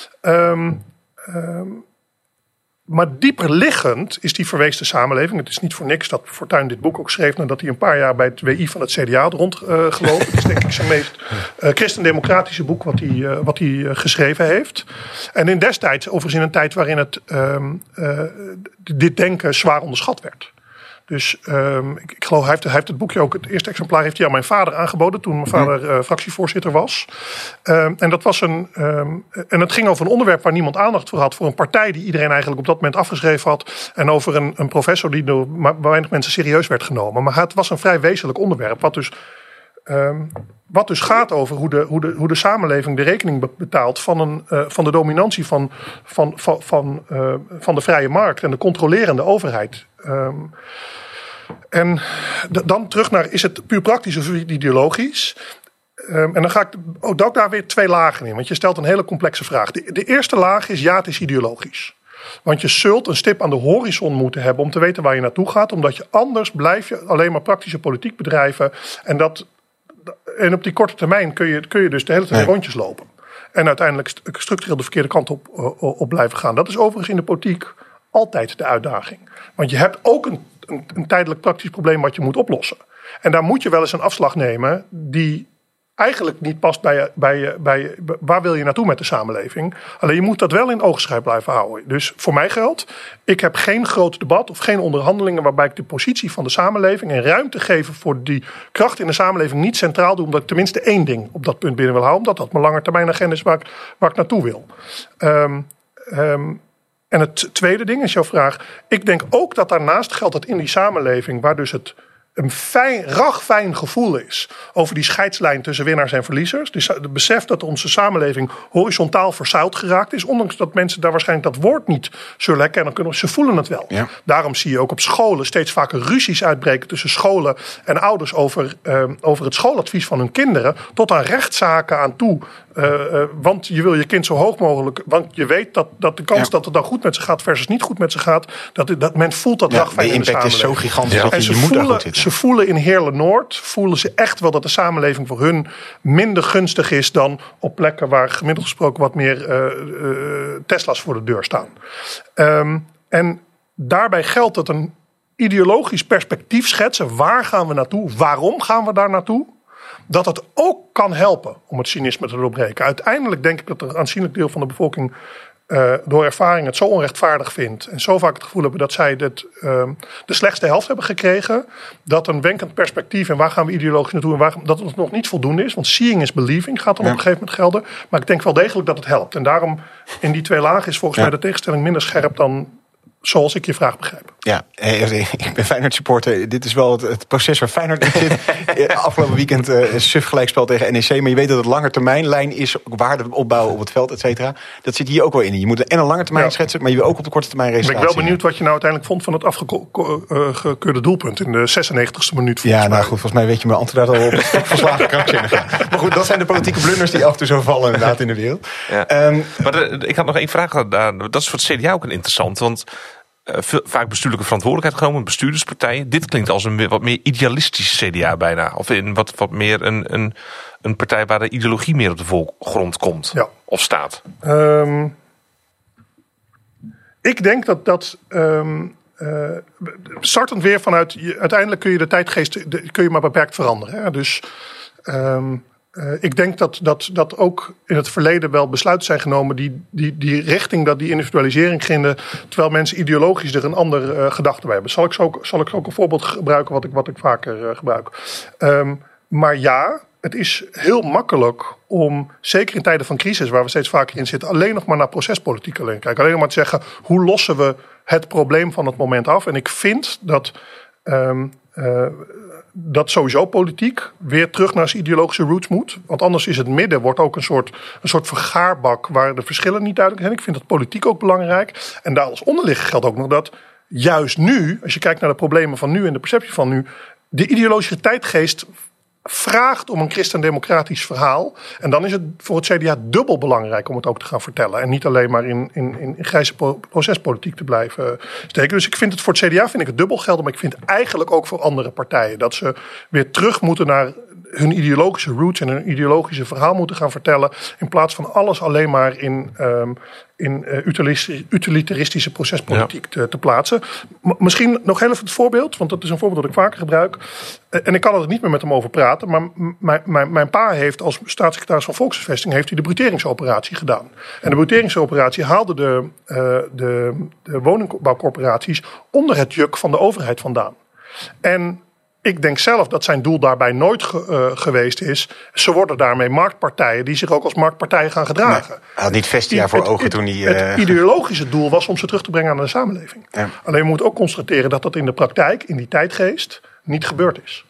Um, um, Maar dieper liggend is die verweesde samenleving. Het is niet voor niks dat Fortuyn dit boek ook schreef nadat hij een paar jaar bij het W I van het C D A had rondgelopen. Uh, het is denk ik zijn meest uh, christendemocratische boek wat hij, uh, wat hij uh, geschreven heeft. En in destijds, overigens in een tijd waarin het, um, uh, dit denken zwaar onderschat werd. Dus um, ik, ik geloof, hij heeft, hij heeft het boekje ook, het eerste exemplaar heeft hij aan mijn vader aangeboden toen mijn vader uh, fractievoorzitter was. Um, en dat was een, um, en het ging over een onderwerp waar niemand aandacht voor had, voor een partij die iedereen eigenlijk op dat moment afgeschreven had. En over een, een professor die door weinig mensen serieus werd genomen. Maar het was een vrij wezenlijk onderwerp, wat dus, um, wat dus gaat over hoe de, hoe de, hoe de samenleving de rekening betaalt van, een, uh, van de dominantie van, van, van, van, uh, van de vrije markt en de controlerende overheid. Um, en d- dan terug naar, is het puur praktisch of ideologisch? Um, en dan ga ik ook, ook daar weer twee lagen in. Want je stelt een hele complexe vraag. De, de eerste laag is, ja, het is ideologisch. Want je zult een stip aan de horizon moeten hebben om te weten waar je naartoe gaat. Omdat je anders blijf je alleen maar praktische politiek bedrijven. En, dat, en op die korte termijn kun je, kun je dus de hele tijd rondjes lopen. En uiteindelijk structureel de verkeerde kant op, op blijven gaan. Dat is overigens in de politiek altijd de uitdaging. Want je hebt ook een, een, een tijdelijk praktisch probleem wat je moet oplossen. En daar moet je wel eens een afslag nemen die eigenlijk niet past bij, bij, bij waar wil je naartoe met de samenleving. Alleen je moet dat wel in oogschijf blijven houden. Dus voor mij geldt, ik heb geen groot debat of geen onderhandelingen waarbij ik de positie van de samenleving en ruimte geven voor die kracht in de samenleving niet centraal doe, omdat ik tenminste één ding op dat punt binnen wil houden, omdat dat mijn lange termijn agenda is waar ik, waar ik naartoe wil. Um, um, En het tweede ding is jouw vraag. Ik denk ook dat daarnaast geldt dat in die samenleving, waar dus het een fijn, ragfijn gevoel is over die scheidslijn tussen winnaars en verliezers. Dus het besef dat onze samenleving horizontaal verzuild geraakt is. Ondanks dat mensen daar waarschijnlijk dat woord niet zullen herkennen kunnen. Ze voelen het wel. Ja. Daarom zie je ook op scholen steeds vaker ruzies uitbreken tussen scholen en ouders over, uh, over het schooladvies van hun kinderen. Tot aan rechtszaken aan toe. Uh, uh, want je wil je kind zo hoog mogelijk. Want je weet dat, dat de kans ja. dat het dan goed met ze gaat versus niet goed met ze gaat. Dat, dat men voelt dat ja, ragfijn in de samenleving. De impact is zo gigantisch ja. dat en je, ze je moet voelen, daar goed zitten. Ze voelen in Heerlen-Noord, voelen ze echt wel dat de samenleving voor hun minder gunstig is dan op plekken waar gemiddeld gesproken wat meer uh, uh, Tesla's voor de deur staan. Um, en daarbij geldt dat een ideologisch perspectief schetsen. Waar gaan we naartoe? Waarom gaan we daar naartoe? Dat het ook kan helpen om het cynisme te doorbreken. Uiteindelijk denk ik dat een aanzienlijk deel van de bevolking uh, door ervaring het zo onrechtvaardig vindt. En zo vaak het gevoel hebben dat zij dit, uh, de slechtste helft hebben gekregen. Dat een wenkend perspectief en waar gaan we ideologisch naartoe. En waar, dat het nog niet voldoende is. Want seeing is believing gaat dan ja. op een gegeven moment gelden. Maar ik denk wel degelijk dat het helpt. En daarom in die twee lagen is volgens ja. mij de tegenstelling minder scherp dan zoals ik je vraag begrijp. Ja, ik ben Feyenoord supporter. Dit is wel het, het proces waar Feyenoord in zit. Afgelopen weekend uh, een suf gelijkspel tegen N E C. Maar je weet dat het langetermijnlijn is. Waarde opbouwen op het veld, et cetera. Dat zit hier ook wel in. Je moet en een lange termijn ja. schetsen. Maar je wil ook op de korte termijn resultaten. Ben ik wel benieuwd wat je nou uiteindelijk vond van het afgekeurde doelpunt. In de zesennegentigste minuut. Ja, nou mij. goed. Volgens mij weet je mijn antwoord al op het verslagen krankzinnig. Maar goed, dat zijn de politieke blunders die af en toe zo vallen inderdaad in de wereld. Ja. Um, maar de, ik had nog één vraag. Dat is voor het C D A ook een interessant. Want Uh, veel, vaak bestuurlijke verantwoordelijkheid genomen, bestuurderspartijen. Dit klinkt als een wat meer idealistisch C D A bijna. Of in wat, wat meer een, een, een partij waar de ideologie meer op de voorgrond komt. Ja. Of staat. Um, ik denk dat dat Um, uh, startend weer vanuit, uiteindelijk kun je de tijdgeest de, kun je maar beperkt veranderen. Hè? Dus Um, Uh, ik denk dat, dat, dat ook in het verleden wel besluiten zijn genomen die, die, die richting, dat die individualisering gingen, terwijl mensen ideologisch er een andere uh, gedachte bij hebben. Zal ik, zo ook, zal ik ook een voorbeeld gebruiken wat ik, wat ik vaker uh, gebruik. Um, maar ja, het is heel makkelijk om, zeker in tijden van crisis waar we steeds vaker in zitten, alleen nog maar naar procespolitiek alleen kijken. Alleen nog maar te zeggen, hoe lossen we het probleem van het moment af? En ik vind dat Um, uh, dat sowieso politiek weer terug naar zijn ideologische roots moet. Want anders is het midden wordt ook een soort, een soort vergaarbak waar de verschillen niet duidelijk zijn. Ik vind dat politiek ook belangrijk. En daar als onderligger geldt ook nog dat juist nu, als je kijkt naar de problemen van nu en de perceptie van nu, de ideologische tijdgeest vraagt om een christendemocratisch verhaal. En dan is het voor het C D A dubbel belangrijk om het ook te gaan vertellen. En niet alleen maar in, in, in grijze procespolitiek te blijven steken. Dus ik vind het voor het C D A vind ik het dubbel gelden. Maar ik vind eigenlijk ook voor andere partijen. Dat ze weer terug moeten naar hun ideologische roots en hun ideologische verhaal moeten gaan vertellen. In plaats van alles alleen maar in, um, in uh, utilitaristische procespolitiek ja. te, te plaatsen. M- misschien nog heel even het voorbeeld. Want dat is een voorbeeld dat ik vaker gebruik. Uh, en ik kan er niet meer met hem over praten. Maar m- m- m- mijn pa heeft als staatssecretaris van Volkshuisvesting heeft hij de bruteringsoperatie gedaan. En de bruteringsoperatie haalde de, uh, de, de woningbouwcorporaties onder het juk van de overheid vandaan. En ik denk zelf dat zijn doel daarbij nooit ge, uh, geweest is. Ze worden daarmee marktpartijen die zich ook als marktpartijen gaan gedragen. Nee, hij had niet Vestia voor het, ogen het, toen hij... Uh... Het ideologische doel was om ze terug te brengen aan de samenleving. Ja. Alleen we moeten ook constateren dat dat in de praktijk, in die tijdgeest, niet gebeurd is.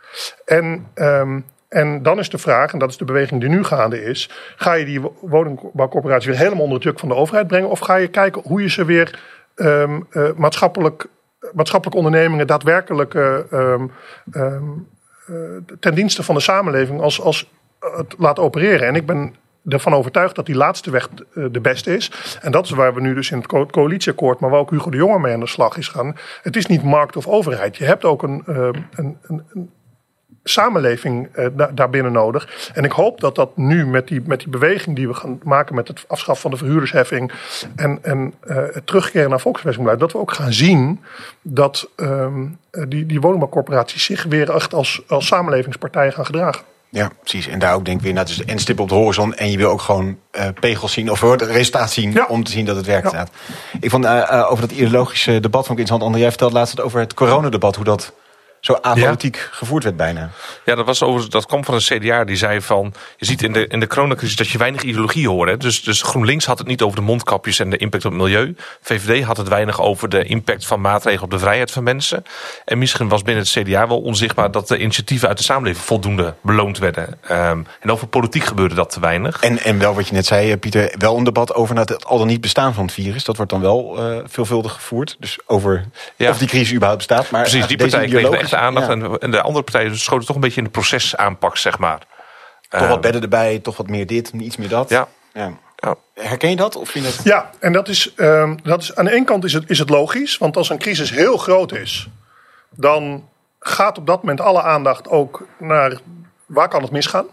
En, um, en dan is de vraag, en dat is de beweging die nu gaande is, ga je die woningbouwcorporatie weer helemaal onder het juk van de overheid brengen? Of ga je kijken hoe je ze weer um, uh, maatschappelijk... maatschappelijke ondernemingen daadwerkelijk uh, um, um, uh, ten dienste van de samenleving als, als uh, het laat opereren. En ik ben ervan overtuigd dat die laatste weg uh, de beste is. En dat is waar we nu dus in het co- coalitieakkoord, maar waar ook Hugo de Jonge mee aan de slag is gaan. Het is niet markt of overheid. Je hebt ook een, uh, een, een, een samenleving uh, da- daarbinnen nodig. En ik hoop dat dat nu met die, met die beweging die we gaan maken met het afschaffen van de verhuurdersheffing en, en uh, het terugkeren naar volkshuisvestingbeleid, dat we ook gaan zien dat um, die, die woningbouwcorporaties zich weer echt als, als samenlevingspartijen gaan gedragen. Ja, precies. En daar ook denk ik weer, nou, dus en stip op de horizon. En je wil ook gewoon uh, pegels zien of het resultaat zien ja. om te zien dat het werkt. Ja. Ik vond uh, uh, over dat ideologische debat vond ik interessant. André, jij vertelde laatst over het coronadebat, hoe dat zo apolitiek ja. gevoerd werd bijna. Ja, dat was over, dat kwam van een C D A die zei van, je ziet in de, in de coronacrisis dat je weinig ideologie hoort. Hè? Dus, dus GroenLinks had het niet over de mondkapjes en de impact op het milieu. V V D had het weinig over de impact van maatregelen op de vrijheid van mensen. En misschien was binnen het C D A wel onzichtbaar dat de initiatieven uit de samenleving voldoende beloond werden. Um, en over politiek gebeurde dat te weinig. En, en wel wat je net zei, Pieter, wel een debat over het al dan niet bestaan van het virus. Dat wordt dan wel uh, veelvuldig gevoerd. Dus over ja. of die crisis überhaupt bestaat. Maar precies, die partij kreeg de echte aandacht. Ja. En, en de andere partijen schoten toch een beetje in de procesaanpak, zeg maar. Toch uh, wat bedden erbij, toch wat meer dit, iets meer dat. Ja. ja. ja. Herken je dat? Of vind je dat... Ja, en dat is, um, dat is aan de ene kant is het, is het logisch. Want als een crisis heel groot is, dan gaat op dat moment alle aandacht ook naar waar kan het misgaan.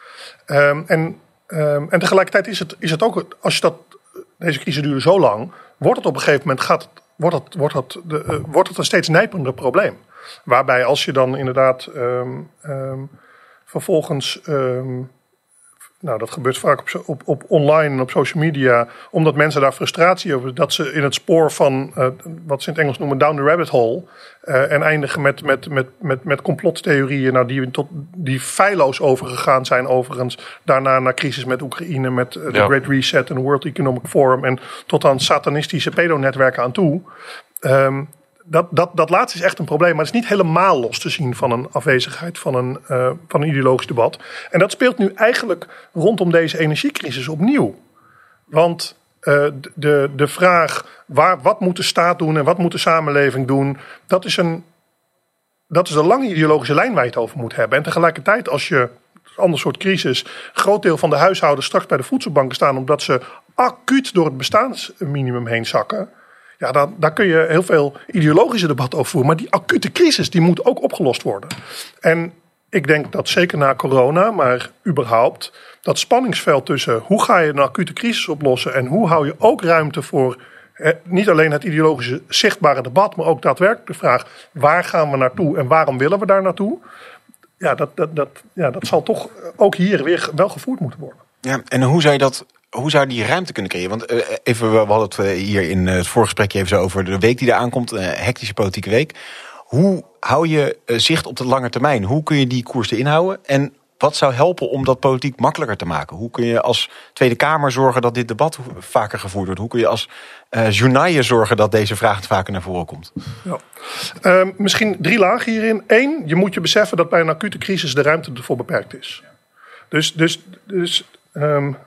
Um, en, um, en tegelijkertijd is het, is het ook, als je dat, deze crisis duurde zo lang, wordt het op een gegeven moment gaat het, wordt het, wordt het, de, uh, wordt het een steeds nijpender probleem. Waarbij als je dan inderdaad um, um, vervolgens, um, nou dat gebeurt vaak op, op, op online en op social media, omdat mensen daar frustratie over, dat ze in het spoor van uh, wat ze in het Engels noemen down the rabbit hole uh, en eindigen met, met, met, met, met complottheorieën, nou, die, tot, die feilloos overgegaan zijn overigens, daarna naar crisis met Oekraïne, met uh, de ja. Great Reset en de World Economic Forum en tot aan satanistische pedonetwerken aan toe. Um, Dat, dat, dat laatste is echt een probleem, maar het is niet helemaal los te zien van een afwezigheid van een, uh, van een ideologisch debat. En dat speelt nu eigenlijk rondom deze energiecrisis opnieuw. Want uh, de, de vraag, waar, wat moet de staat doen en wat moet de samenleving doen, dat is een, dat is een lange ideologische lijn waar je het over moet hebben. En tegelijkertijd als je, een ander soort crisis, een groot deel van de huishoudens straks bij de voedselbanken staan omdat ze acuut door het bestaansminimum heen zakken. Ja, daar, daar kun je heel veel ideologische debat over voeren. Maar die acute crisis, die moet ook opgelost worden. En ik denk dat zeker na corona, maar überhaupt, dat spanningsveld tussen hoe ga je een acute crisis oplossen en hoe hou je ook ruimte voor eh, niet alleen het ideologische zichtbare debat, maar ook daadwerkelijk de vraag, waar gaan we naartoe en waarom willen we daar naartoe? Ja, dat, dat, dat, ja, dat zal toch ook hier weer wel gevoerd moeten worden. Ja, en hoe zou je dat... Hoe zou je die ruimte kunnen creëren? Want uh, even, we hadden het uh, hier in uh, het voorgesprekje even zo over de week die eraan komt. Een uh, hectische politieke week. Hoe hou je uh, zicht op de lange termijn? Hoe kun je die koers erin houden? En Wat zou helpen om dat politiek makkelijker te maken? Hoe kun je als Tweede Kamer zorgen dat dit debat vaker gevoerd wordt? Hoe kun je als uh, journaal zorgen dat deze vraag vaker naar voren komt? Ja. Uh, misschien drie lagen hierin. Eén, je moet je beseffen dat bij een acute crisis de ruimte ervoor beperkt is. Dus, dus, dus um,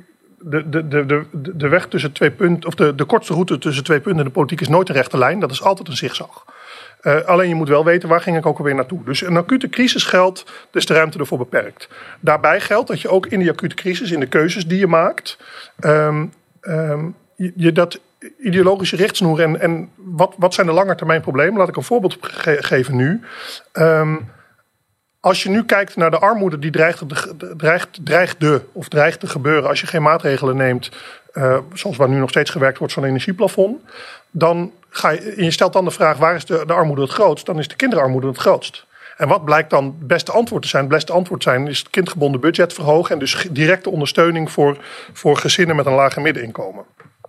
de, de, de, de, de weg tussen twee punten, of de, de kortste route tussen twee punten in de politiek is nooit een rechte lijn. Dat is altijd een zigzag. Uh, alleen je moet wel weten, waar ging ik ook alweer naartoe? Dus een acute crisis geldt, dus de ruimte ervoor beperkt. Daarbij geldt dat je ook in die acute crisis, in de keuzes die je maakt, um, um, je, je dat ideologische richtsnoer en, en wat, wat zijn de langetermijn problemen? Laat ik een voorbeeld ge- geven nu. Um, Als je nu kijkt naar de armoede die dreigt, dreigt, dreigde of dreigt te gebeuren als je geen maatregelen neemt, uh, zoals waar nu nog steeds gewerkt wordt, zo'n energieplafond, dan ga je, en je stelt dan de vraag, waar is de, de armoede het grootst? Dan is de kinderarmoede het grootst. En wat blijkt dan het beste antwoord te zijn? Het beste antwoord zijn is het kindgebonden budget verhogen en dus directe ondersteuning voor, voor gezinnen met een lager middeninkomen.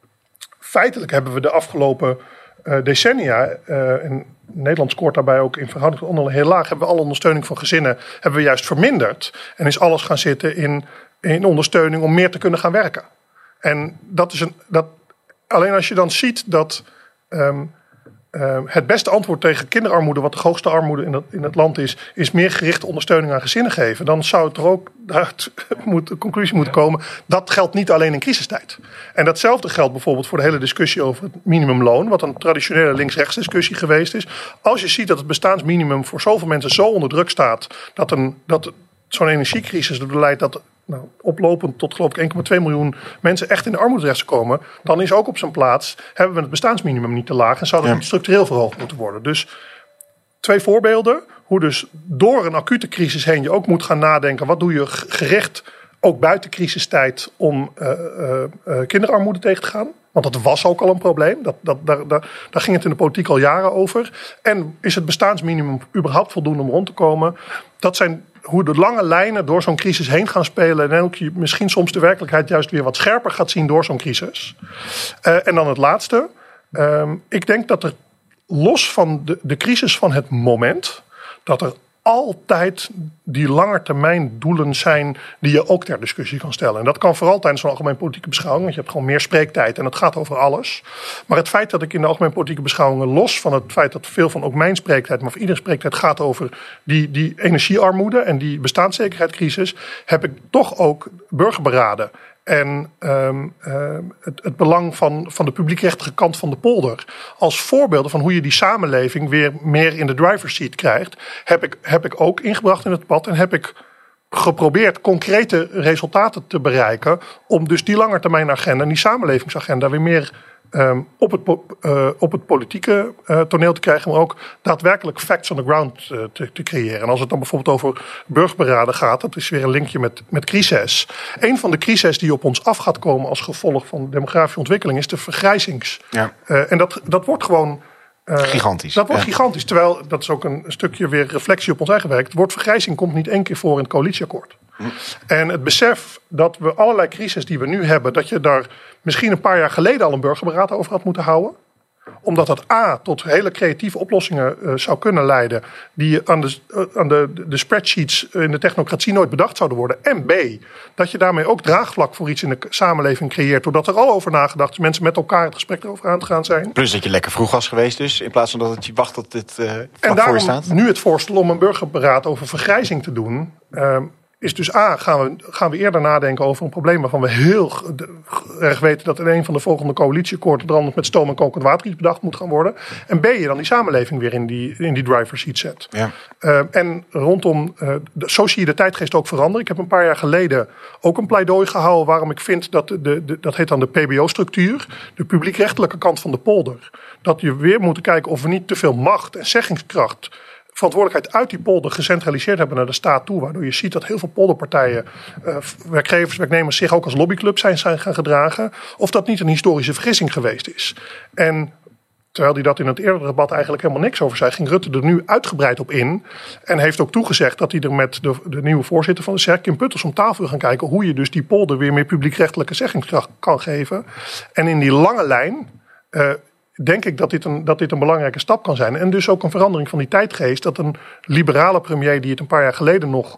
Feitelijk hebben we de afgelopen uh, decennia, uh, en Nederland scoort daarbij ook in verhouding tot anderen heel laag, hebben we alle ondersteuning van gezinnen hebben we juist verminderd. En is alles gaan zitten in, in ondersteuning om meer te kunnen gaan werken. En dat is een, dat, alleen als je dan ziet dat um, um, het beste antwoord tegen kinderarmoede, wat de hoogste armoede in het, in het land is, is meer gerichte ondersteuning aan gezinnen geven. Dan zou het er ook uit moet, de conclusie moeten komen, dat geldt niet alleen in crisistijd. En datzelfde geldt bijvoorbeeld voor de hele discussie over het minimumloon, wat een traditionele links-rechts discussie geweest is. Als je ziet dat het bestaansminimum voor zoveel mensen zo onder druk staat, dat, een, dat zo'n energiecrisis ertoe leidt dat nou, oplopend tot geloof ik één komma twee miljoen mensen echt in de armoede terecht komen, dan is ook op zijn plaats, hebben we het bestaansminimum niet te laag en zou dat ja. niet structureel verhoogd moeten worden. Dus twee voorbeelden, hoe dus door een acute crisis heen je ook moet gaan nadenken, wat doe je gericht, ook buiten crisistijd, om uh, uh, uh, kinderarmoede tegen te gaan. Want dat was ook al een probleem. Dat, dat, daar, daar, daar ging het in de politiek al jaren over. En is het bestaansminimum überhaupt voldoende om rond te komen? Dat zijn hoe de lange lijnen door zo'n crisis heen gaan spelen. En ook je misschien soms de werkelijkheid juist weer wat scherper gaat zien door zo'n crisis. Uh, en dan het laatste. Uh, ik denk dat er los van de, de crisis van het moment, dat er altijd die langetermijn doelen zijn die je ook ter discussie kan stellen. En dat kan vooral tijdens een algemeen politieke beschouwing, want je hebt gewoon meer spreektijd en het gaat over alles. Maar het feit dat ik in de algemeen politieke beschouwingen, los van het feit dat veel van ook mijn spreektijd, maar voor iedere spreektijd gaat over die, die energiearmoede en die bestaanszekerheidscrisis, heb ik toch ook burgerberaden. En um, um, het, het belang van, van de publiekrechtelijke kant van de polder als voorbeelden van hoe je die samenleving weer meer in de driver's seat krijgt, heb ik, heb ik ook ingebracht in het debat en heb ik geprobeerd concrete resultaten te bereiken om dus die langetermijnagenda en die samenlevingsagenda weer meer Um, op, het, uh, op het politieke uh, toneel te krijgen, maar ook daadwerkelijk facts on the ground uh, te, te creëren. En als het dan bijvoorbeeld over burgerberaden gaat, dat is weer een linkje met, met crises. Een van de crises die op ons af gaat komen als gevolg van demografische ontwikkeling is de vergrijzings. Ja. Uh, en dat, dat wordt gewoon Uh, gigantisch. Dat wordt ja. gigantisch. Terwijl, dat is ook een stukje weer reflectie op ons eigen werk. Het woord vergrijzing komt niet één keer voor in het coalitieakkoord. Hm. En het besef dat we allerlei crises die we nu hebben, dat je daar misschien een paar jaar geleden al een burgerberaad over had moeten houden. Omdat dat A, tot hele creatieve oplossingen uh, zou kunnen leiden, die aan, de, uh, aan de, de spreadsheets in de technocratie nooit bedacht zouden worden. En B, dat je daarmee ook draagvlak voor iets in de samenleving creëert, doordat er al over nagedacht is, mensen met elkaar het gesprek erover aan te gaan zijn. Plus dat je lekker vroeg was geweest dus, in plaats van dat het je wacht tot dit uh, vlak en daarom voor je staat. Nu het voorstel om een burgerberaad over vergrijzing te doen, Uh, is dus A, gaan we, gaan we eerder nadenken over een probleem waarvan we heel erg weten dat in een van de volgende coalitieakkoorden er anders met stoom en kokend water iets bedacht moet gaan worden. En B, je dan die samenleving weer in die, in die driver's seat zet. Ja. Uh, en rondom, uh, de, zo zie je de tijdgeest ook veranderen. Ik heb een paar jaar geleden ook een pleidooi gehouden waarom ik vind dat, de, de, dat heet dan de P B O-structuur, de publiekrechtelijke kant van de polder. Dat je weer moet kijken of we niet te veel macht en zeggingskracht, verantwoordelijkheid uit die polder gecentraliseerd hebben naar de staat toe. Waardoor je ziet dat heel veel polderpartijen, uh, werkgevers, werknemers zich ook als lobbyclub zijn, zijn gaan gedragen. Of dat niet een historische vergissing geweest is. En terwijl hij dat in het eerdere debat eigenlijk helemaal niks over zei, ging Rutte er nu uitgebreid op in. En heeft ook toegezegd dat hij er met de, de nieuwe voorzitter van de S E R, Kim Putters, om tafel wil gaan kijken hoe je dus die polder weer meer publiekrechtelijke zeggingskracht kan geven. En in die lange lijn Uh, denk ik dat dit, een, dat dit een belangrijke stap kan zijn. En dus ook een verandering van die tijdgeest. Dat een liberale premier die het een paar jaar geleden nog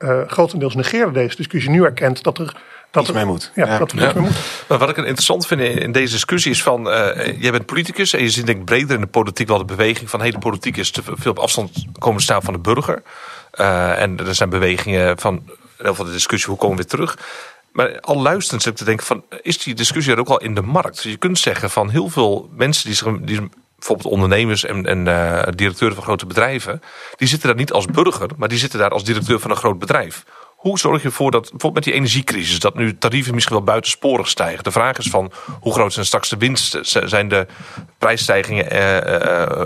uh, grotendeels negeerde deze discussie, nu erkent dat er dat iets er, mee moet. Ja, Ja. dat er Ja. iets mee moet. Maar wat ik interessant vind in deze discussie is van, uh, jij bent politicus en je ziet denk ik breder in de politiek wel de beweging van, hey, de politiek is te veel op afstand komen te staan van de burger. Uh, en er zijn bewegingen van, heel veel de discussie, hoe komen we weer terug? Maar al luisterend zit ik te denken van, is die discussie er ook al in de markt? Dus je kunt zeggen van heel veel mensen die zich, die, bijvoorbeeld ondernemers en, en uh, directeuren van grote bedrijven, die zitten daar niet als burger, maar die zitten daar als directeur van een groot bedrijf. Hoe zorg je ervoor dat, bijvoorbeeld met die energiecrisis, dat nu tarieven misschien wel buitensporig stijgen? De vraag is van, hoe groot zijn straks de winsten? Zijn de prijsstijgingen uh,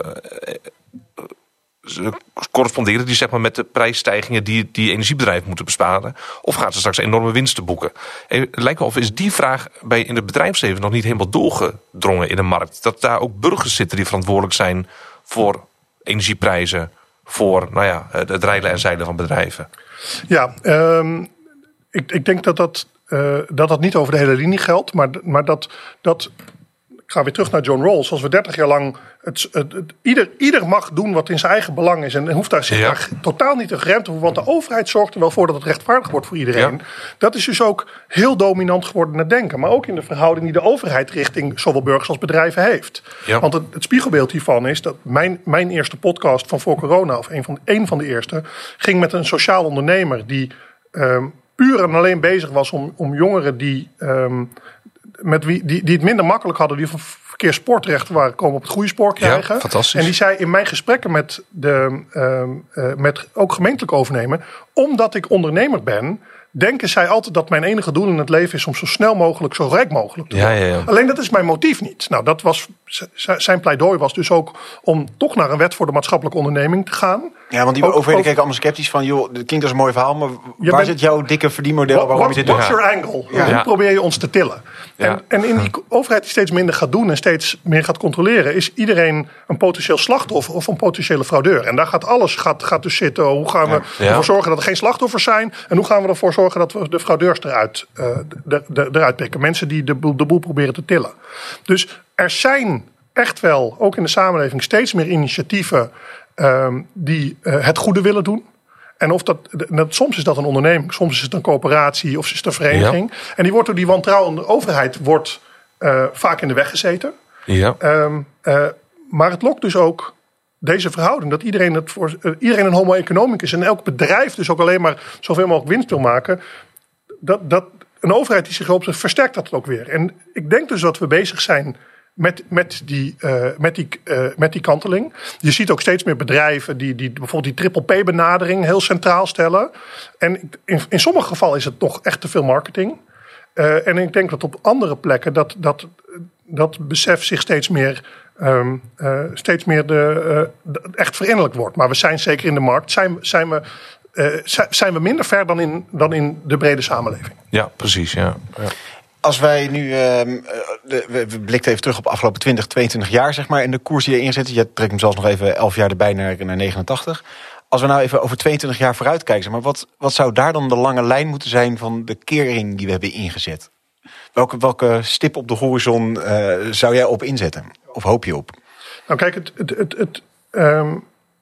uh, uh, corresponderen die zeg maar met de prijsstijgingen die die energiebedrijven moeten besparen? Of gaat ze straks enorme winsten boeken? En het lijkt wel of is die vraag bij in het bedrijfsleven nog niet helemaal doorgedrongen in de markt. Dat daar ook burgers zitten die verantwoordelijk zijn voor energieprijzen, voor nou ja, het rijden en zeilen van bedrijven. Ja, um, ik, ik denk dat dat, uh, dat dat niet over de hele linie geldt. Maar, maar dat, dat, ik ga weer terug naar John Rawls. Als we dertig jaar lang, het, het, het, ieder, ieder mag doen wat in zijn eigen belang is. En hoeft daar zich Ja. daar totaal niet te geremd over. Want de overheid zorgt er wel voor dat het rechtvaardig wordt voor iedereen. Ja. Dat is dus ook heel dominant geworden in het denken. Maar ook in de verhouding die de overheid richting zowel burgers als bedrijven heeft. Ja. Want het, het spiegelbeeld hiervan is dat mijn, mijn eerste podcast van voor corona, of een van, een van de eerste, ging met een sociaal ondernemer die um, puur en alleen bezig was om, om jongeren die, um, met wie, die, die het minder makkelijk hadden, die van verkeerssportrechten waren, komen op het goede spoor krijgen. Ja, fantastisch. En die zei in mijn gesprekken met, de, um, uh, met ook gemeentelijk overnemen, omdat ik ondernemer ben, denken zij altijd dat mijn enige doel in het leven is om zo snel mogelijk, zo rijk mogelijk te Ja, worden. ja, ja. Alleen dat is mijn motief niet. Nou, dat was, zijn pleidooi was dus ook om toch naar een wet voor de maatschappelijke onderneming te gaan. Ja, want die Ook- overheden ook- kijken allemaal sceptisch van, joh, dat klinkt als een mooi verhaal, maar Je waar bent- zit jouw dikke verdienmodel waarom What, je dit what's doet? your angle? Ja. Hoe Ja. probeer je ons te tillen? Ja. En, en in die overheid die steeds minder gaat doen en steeds meer gaat controleren, is iedereen een potentieel slachtoffer of een potentiële fraudeur. En daar gaat alles gaat, gaat dus zitten. Hoe gaan we Ja. ervoor zorgen dat er geen slachtoffers zijn? En hoe gaan we ervoor zorgen dat we de fraudeurs eruit, uh, de, de, eruit pikken? Mensen die de boel, de boel proberen te tillen. Dus er zijn echt wel, ook in de samenleving, steeds meer initiatieven um, die uh, het goede willen doen. En of dat, dat, soms is dat een onderneming, soms is het een coöperatie of is het een vereniging. Ja. En die wordt door die wantrouwende overheid wordt, uh, vaak in de weg gezeten. Ja. Um, uh, maar het lokt dus ook deze verhouding dat iedereen, het voor, uh, iedereen een homo economicus en elk bedrijf dus ook alleen maar zoveel mogelijk winst wil maken. Dat, dat een overheid die zich erop zet, versterkt dat ook weer. En ik denk dus dat we bezig zijn Met, met, die, uh, met, die, uh, met die kanteling. Je ziet ook steeds meer bedrijven die, die bijvoorbeeld die triple P benadering heel centraal stellen. En in, in sommige gevallen is het toch echt te veel marketing. Uh, en ik denk dat op andere plekken dat, dat, dat besef zich steeds meer, um, uh, steeds meer de, uh, de, echt verinnerlijk wordt. Maar we zijn zeker in de markt, zijn, zijn, we, uh, zijn we minder ver dan in, dan in de brede samenleving. Ja, precies. Ja. Ja. Als wij nu, uh, de, we, we blikken even terug op de afgelopen twintig, tweeëntwintig jaar, zeg maar, en de koers die je inzet. Je trekt hem zelfs nog even elf jaar erbij naar, naar negenentachtig. Als we nou even over tweeëntwintig jaar vooruit kijken, zeg maar, wat, wat zou daar dan de lange lijn moeten zijn van de kering die we hebben ingezet? Welke, welke stip op de horizon uh, zou jij op inzetten? Of hoop je op? Nou kijk, het, het, het, het, um,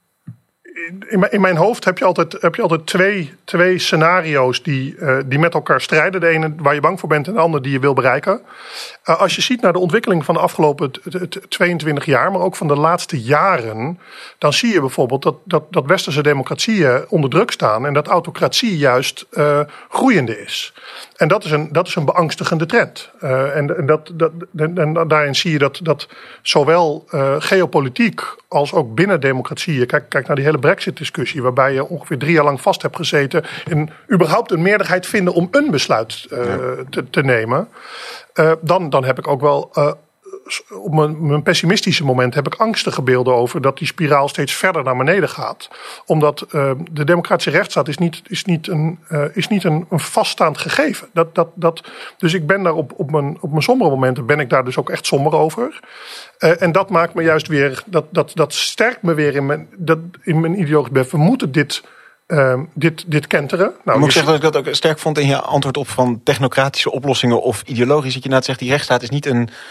in, mijn, in mijn hoofd heb je altijd, heb je altijd twee, twee scenario's die, uh, die met elkaar strijden. De ene waar je bang voor bent en de andere die je wil bereiken. Uh, als je ziet naar de ontwikkeling van de afgelopen t, t, t, tweeëntwintig jaar, maar ook van de laatste jaren, dan zie je bijvoorbeeld dat, dat, dat westerse democratieën onder druk staan en dat autocratie juist uh, groeiende is. En dat is een, dat is een beangstigende trend. Uh, en en, dat, dat, en, en daarin zie je dat, dat zowel uh, geopolitiek als ook binnen democratieën, kijk, kijk naar die hele Brexit-discussie, waarbij je ongeveer drie jaar lang vast hebt gezeten in überhaupt een meerderheid vinden om een besluit uh, ja. te, te nemen. Uh, dan, dan heb ik ook wel, uh, op mijn, mijn pessimistische moment heb ik angstige beelden over dat die spiraal steeds verder naar beneden gaat. Omdat uh, de democratische rechtsstaat is niet, is niet, een, uh, is niet een, een vaststaand gegeven. Dat, dat, dat, dus ik ben daar op, op, mijn, op mijn sombere momenten ben ik daar dus ook echt somber over. Uh, en dat maakt me juist weer, dat, dat, dat sterkt me weer in mijn, dat, in mijn ideologisch besef. We moeten dit... Uh, dit, dit kenteren. Nou, Moet ik zeggen dat ik dat ook sterk vond in je antwoord op van technocratische oplossingen of ideologisch. Dat je inderdaad zegt, die rechtsstaat is niet een,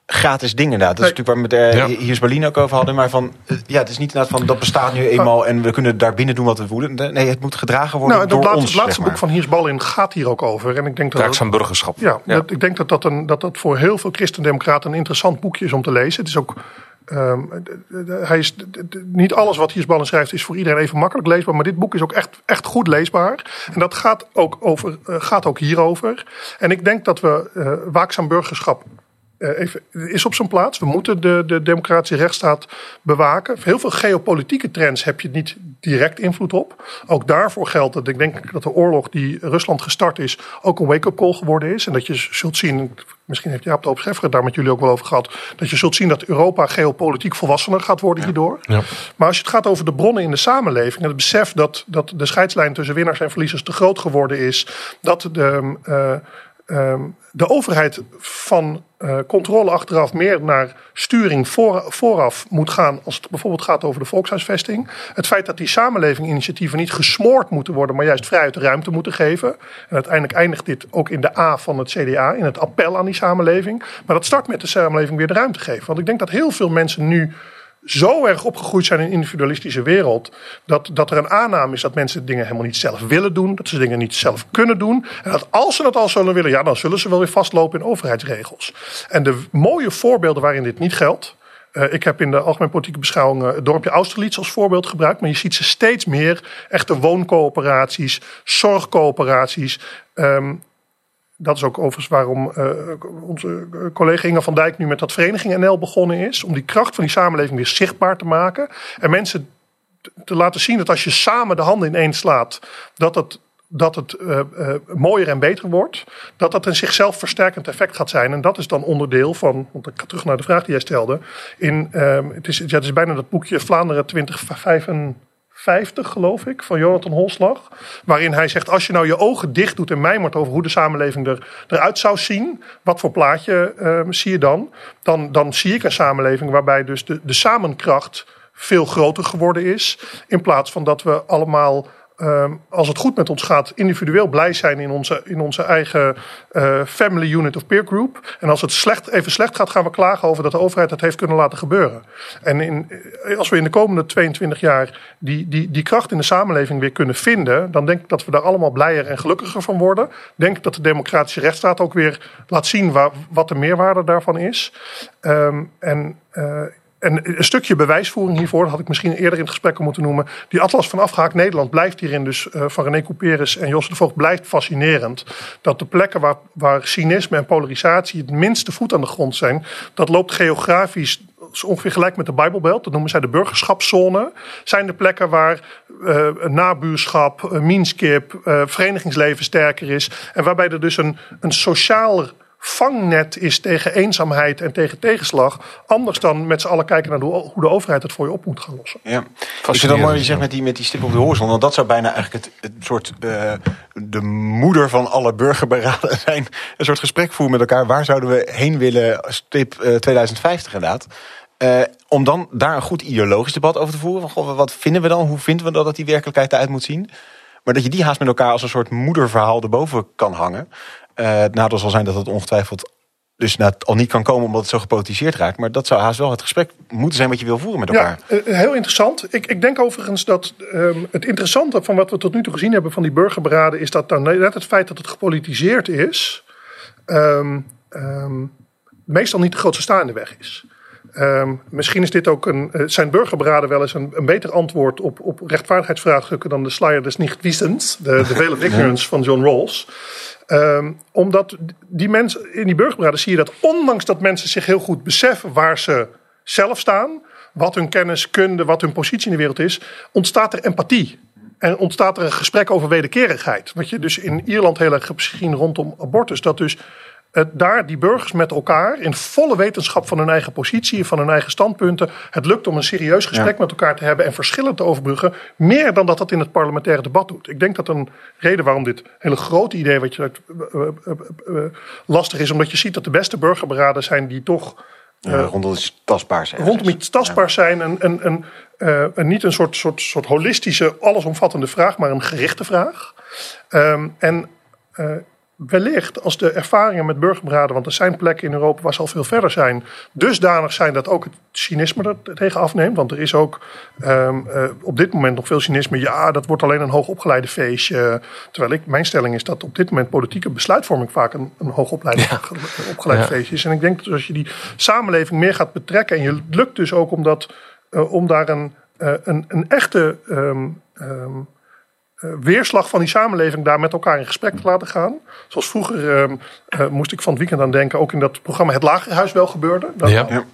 gratis ding inderdaad. Dat is nee. natuurlijk waar we met uh, ja. Hiers Berlin ook over hadden. Maar van, uh, ja, het is niet inderdaad van dat bestaat nu eenmaal uh, en we kunnen daar binnen doen wat we willen. Nee, het moet gedragen worden nou, door laatste, ons. Het laatste zeg maar. boek van Hiers Berlin gaat hier ook over. En ik denk dat Werkzaam burgerschap. Ja, ja. Dat, ik denk dat dat, een, dat dat voor heel veel christendemocraten een interessant boekje is om te lezen. Het is ook... Um, hij is, niet alles wat Hiers Berlin schrijft is voor iedereen even makkelijk leesbaar. Maar dit boek is ook echt, echt goed leesbaar. En dat gaat ook, over, uh, gaat ook hierover. En ik denk dat we uh, waakzaam burgerschap... Uh, even, is op zijn plaats. We moeten de, de democratische rechtsstaat bewaken. Heel veel geopolitieke trends heb je niet direct invloed op. Ook daarvoor geldt dat ik denk dat de oorlog die Rusland gestart is ook een wake-up call geworden is. En dat je zult zien, misschien heeft Jaap de Hoop Scheffer het daar met jullie ook wel over gehad, dat je zult zien dat Europa geopolitiek volwassener gaat worden hierdoor. Ja. Maar als je het gaat over de bronnen in de samenleving en het besef dat, dat de scheidslijn tussen winnaars en verliezers te groot geworden is, dat de... Uh, Um, de overheid van uh, controle achteraf meer naar sturing voor, vooraf moet gaan als het bijvoorbeeld gaat over de volkshuisvesting. Het feit dat die samenlevinginitiatieven niet gesmoord moeten worden, maar juist vrijheid de ruimte moeten geven. En uiteindelijk eindigt dit ook in de A van het C D A, in het appel aan die samenleving. Maar dat start met de samenleving weer de ruimte geven. Want ik denk dat heel veel mensen nu zo erg opgegroeid zijn in een individualistische wereld, dat, dat er een aanname is dat mensen dingen helemaal niet zelf willen doen, dat ze dingen niet zelf kunnen doen. En dat als ze dat al zullen willen, ja, dan zullen ze wel weer vastlopen in overheidsregels. En de mooie voorbeelden waarin dit niet geldt, uh, ik heb in de algemene politieke beschouwing uh, het dorpje Austerlitz als voorbeeld gebruikt, maar je ziet ze steeds meer, echte wooncoöperaties, zorgcoöperaties. Um, Dat is ook overigens waarom uh, onze collega Inge van Dijk nu met dat Vereniging N L begonnen is. Om die kracht van die samenleving weer zichtbaar te maken. En mensen te laten zien dat als je samen de handen ineens slaat, dat het, dat het uh, uh, mooier en beter wordt. Dat dat een zichzelf versterkend effect gaat zijn. En dat is dan onderdeel van, want ik ga terug naar de vraag die jij stelde. In, uh, het, is, ja, het is bijna dat boekje Vlaanderen twintig vijfenvijftig, geloof ik, van Jonathan Holslag. Waarin hij zegt, als je nou je ogen dicht doet en mijmert over hoe de samenleving er, eruit zou zien, wat voor plaatje uh, zie je dan? dan? Dan zie ik een samenleving waarbij dus de, de samenkracht veel groter geworden is. In plaats van dat we allemaal, uh, als het goed met ons gaat, individueel blij zijn in onze, in onze eigen uh, family unit of peer group. En als het slecht, even slecht gaat, gaan we klagen over dat de overheid dat heeft kunnen laten gebeuren. En in, als we in de komende tweeëntwintig jaar die, die, die kracht in de samenleving weer kunnen vinden, dan denk ik dat we daar allemaal blijer en gelukkiger van worden. Denk ik dat de democratische rechtsstaat ook weer laat zien waar, wat de meerwaarde daarvan is. Um, en uh, En een stukje bewijsvoering hiervoor, dat had ik misschien eerder in het gesprek moeten noemen. Die Atlas van Afgehaakt Nederland blijft hierin dus uh, van René Couperus en Jos de Voogd blijft fascinerend. Dat de plekken waar, waar cynisme en polarisatie het minste voet aan de grond zijn, dat loopt geografisch ongeveer gelijk met de Bijbelbelt. Dat noemen zij de burgerschapszone. Zijn de plekken waar uh, nabuurschap, uh, meanskip, uh, verenigingsleven sterker is. En waarbij er dus een, een sociaal vangnet is tegen eenzaamheid en tegen tegenslag. Anders dan met z'n allen kijken naar de, hoe de overheid het voor je op moet gaan lossen. Ja. Ik vind het wel mooi wat je zegt met die, met die stip op de horizon. Want dat zou bijna eigenlijk het, het soort uh, de moeder van alle burgerberaden zijn. Een soort gesprek voeren met elkaar. Waar zouden we heen willen? Stip uh, tweeduizend vijftig inderdaad. Uh, om dan daar een goed ideologisch debat over te voeren. Van, goh, wat vinden we dan? Hoe vinden we dan dat die werkelijkheid eruit moet zien? Maar dat je die haast met elkaar als een soort moederverhaal erboven kan hangen. Uh, het nadeel zal zijn dat het ongetwijfeld dus nou, al niet kan komen omdat het zo gepolitiseerd raakt. Maar dat zou haast wel het gesprek moeten zijn wat je wil voeren met elkaar. Ja, uh, heel interessant. Ik, ik denk overigens dat um, het interessante van wat we tot nu toe gezien hebben van die burgerberaden is dat dan net het feit dat het gepolitiseerd is, um, um, meestal niet de grootste sta in de weg is. Um, misschien is dit ook een, zijn burgerberaden wel eens een, een beter antwoord op, op rechtvaardigheidsvraagstukken dan de Sluier des Nichtwissens, de, de Veil of Ignorance van John Rawls. Um, omdat die mensen in die burgerberaden zie je dat ondanks dat mensen zich heel goed beseffen waar ze zelf staan, wat hun kennis, kunde, wat hun positie in de wereld is, ontstaat er empathie. En ontstaat er een gesprek over wederkerigheid. Wat je dus in Ierland heel erg hebt gezien rondom abortus. Dat dus uh, daar die burgers met elkaar in volle wetenschap van hun eigen positie, van hun eigen standpunten, het lukt om een serieus gesprek ja. met elkaar te hebben en verschillen te overbruggen. Meer dan dat dat in het parlementaire debat doet. Ik denk dat een reden waarom dit hele grote idee wat je uit, uh, uh, uh, uh, lastig is, omdat je ziet dat de beste burgerberaden zijn die toch Uh, ja, rondom iets tastbaars zijn. Rondom iets tastbaars zijn. En, en, en, uh, en niet een soort, soort, soort holistische, allesomvattende vraag, maar een gerichte vraag. Um, en uh, wellicht als de ervaringen met burgerberaden, want er zijn plekken in Europa waar ze al veel verder zijn, dusdanig zijn dat ook het cynisme er tegen afneemt. Want er is ook um, uh, op dit moment nog veel cynisme. Ja, dat wordt alleen een hoogopgeleide feestje. Terwijl ik, mijn stelling is dat op dit moment politieke besluitvorming vaak een, een hoogopgeleid ja. opgeleid ja. feestje is. En ik denk dat als je die samenleving meer gaat betrekken, en je lukt dus ook om, dat, uh, om daar een, uh, een, een echte Um, um, weerslag van die samenleving daar met elkaar in gesprek te laten gaan. Zoals vroeger uh, uh, moest ik van het weekend aan denken, ook in dat programma Het Lagerhuis wel gebeurde. Dat ja. Ja.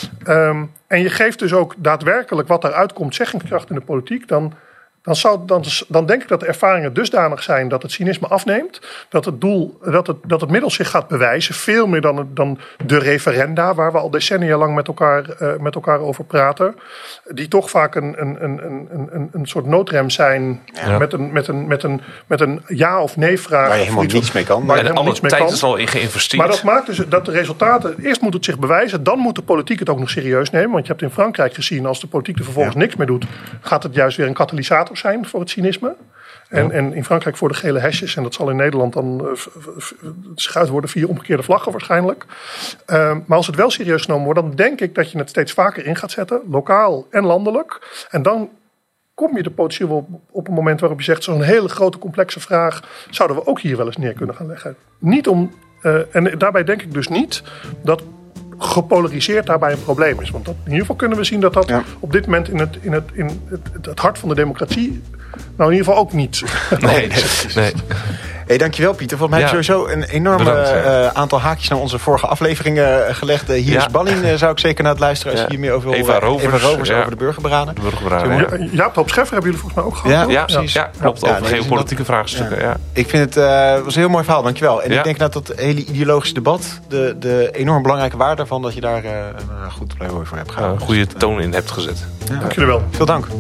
Um, en je geeft dus ook daadwerkelijk wat daaruit komt zeggingskracht in de politiek, dan, dan, zou, dan, dan denk ik dat de ervaringen dusdanig zijn dat het cynisme afneemt, dat het doel, dat het, dat het middel zich gaat bewijzen, veel meer dan, dan de referenda, waar we al decennia lang met elkaar, uh, met elkaar over praten, die toch vaak een, een, een, een, een, een soort noodrem zijn ja. met, een, met, een, met, een, met een ja of nee vraag. Waar je helemaal niets mee kan. Waar je en alle tijd is al in geïnvesteerd. Maar dat maakt dus dat de resultaten, eerst moet het zich bewijzen, dan moet de politiek het ook nog serieus nemen. Want je hebt in Frankrijk gezien, als de politiek er vervolgens ja. niks meer doet, gaat het juist weer een katalysator zijn voor het cynisme. En, ja. en in Frankrijk voor de gele hesjes. En dat zal in Nederland dan uh, schuit worden via omgekeerde vlaggen waarschijnlijk. Uh, maar als het wel serieus genomen wordt, dan denk ik dat je het steeds vaker in gaat zetten. Lokaal en landelijk. En dan kom je er potentieel op, op een moment waarop je zegt, zo'n hele grote complexe vraag zouden we ook hier wel eens neer kunnen gaan leggen. Niet om, uh, en daarbij denk ik dus niet dat gepolariseerd daarbij een probleem is. Want dat, in ieder geval kunnen we zien dat dat ja. op dit moment in het, in het, in het, het hart van de democratie nou in ieder geval ook niet. Nee, nee. nee. Hey, dankjewel Pieter. Volgens mij ja. heb je sowieso een enorm Bedankt, ja. uh, aantal haakjes naar onze vorige afleveringen uh, gelegd. Uh, hier ja. is Balling, uh, zou ik zeker naar het luisteren als ja. je hier meer over wil. Eva Rovers, Eva Rovers ja. over de burgerberaden. De burgerberaden, ja. ja. Jaap Hoop Scheffer hebben jullie volgens mij ook gehad. Ja, ja precies. Ja, klopt. Ja, over geopolitieke vraagstukken. Ja. Ja. Ik vind het uh, was een heel mooi verhaal, dankjewel. En ja. ik denk dat dat hele ideologische debat, de, de enorm belangrijke waarde daarvan, dat je daar uh, een goed pleidooi voor hebt gehouden. Een goede toon in hebt gezet. Ja. Dank jullie wel. Veel dank.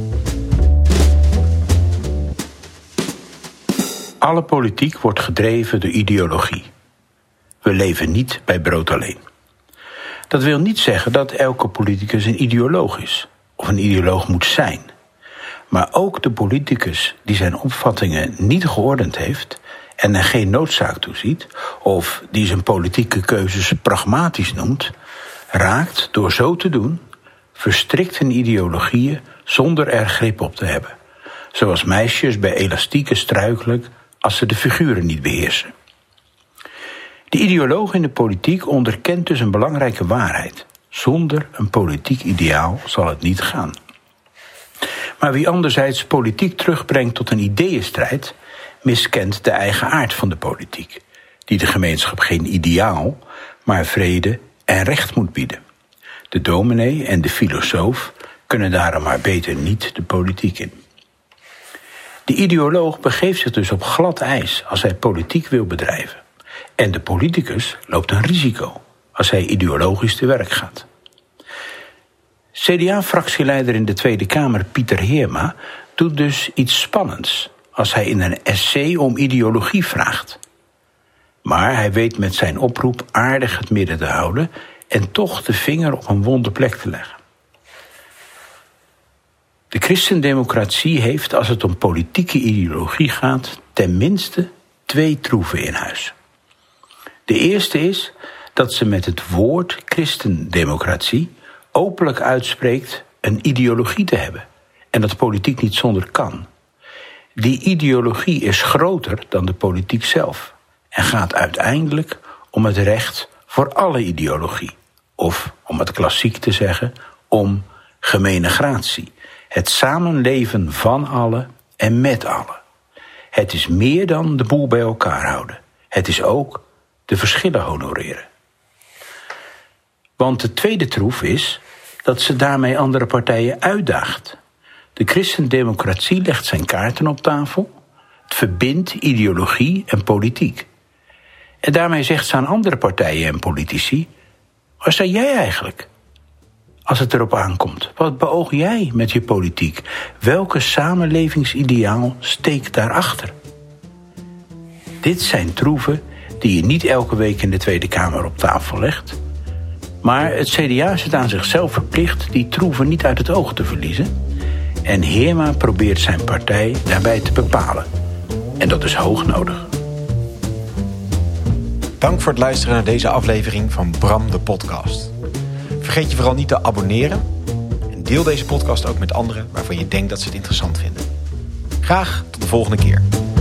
Alle politiek wordt gedreven door ideologie. We leven niet bij brood alleen. Dat wil niet zeggen dat elke politicus een ideoloog is, of een ideoloog moet zijn. Maar ook de politicus die zijn opvattingen niet geordend heeft en er geen noodzaak toe ziet, of die zijn politieke keuzes pragmatisch noemt, raakt door zo te doen verstrikt in ideologieën zonder er grip op te hebben. Zoals meisjes bij elastieken struikelen als ze de figuren niet beheersen. De ideoloog in de politiek onderkent dus een belangrijke waarheid. Zonder een politiek ideaal zal het niet gaan. Maar wie anderzijds politiek terugbrengt tot een ideeënstrijd, miskent de eigen aard van de politiek, die de gemeenschap geen ideaal, maar vrede en recht moet bieden. De dominee en de filosoof kunnen daarom maar beter niet de politiek in. De ideoloog begeeft zich dus op glad ijs als hij politiek wil bedrijven. En de politicus loopt een risico als hij ideologisch te werk gaat. C D A-fractieleider in de Tweede Kamer Pieter Heerma doet dus iets spannends als hij in een essay om ideologie vraagt. Maar hij weet met zijn oproep aardig het midden te houden en toch de vinger op een wonde plek te leggen. De christendemocratie heeft, als het om politieke ideologie gaat, ten minste twee troeven in huis. De eerste is dat ze met het woord christendemocratie openlijk uitspreekt een ideologie te hebben en dat politiek niet zonder kan. Die ideologie is groter dan de politiek zelf en gaat uiteindelijk om het recht voor alle ideologie. Of, om het klassiek te zeggen, om gemene gratie. Het samenleven van allen en met allen. Het is meer dan de boel bij elkaar houden. Het is ook de verschillen honoreren. Want de tweede troef is dat ze daarmee andere partijen uitdaagt. De christendemocratie legt zijn kaarten op tafel. Het verbindt ideologie en politiek. En daarmee zegt ze aan andere partijen en politici: waar sta jij eigenlijk? Als het erop aankomt, wat beoog jij met je politiek? Welke samenlevingsideaal steekt daarachter? Dit zijn troeven die je niet elke week in de Tweede Kamer op tafel legt. Maar het C D A is het aan zichzelf verplicht die troeven niet uit het oog te verliezen. En Heerma probeert zijn partij daarbij te bepalen. En dat is hoog nodig. Dank voor het luisteren naar deze aflevering van Bram de Podcast. Vergeet je vooral niet te abonneren. En deel deze podcast ook met anderen waarvan je denkt dat ze het interessant vinden. Graag tot de volgende keer.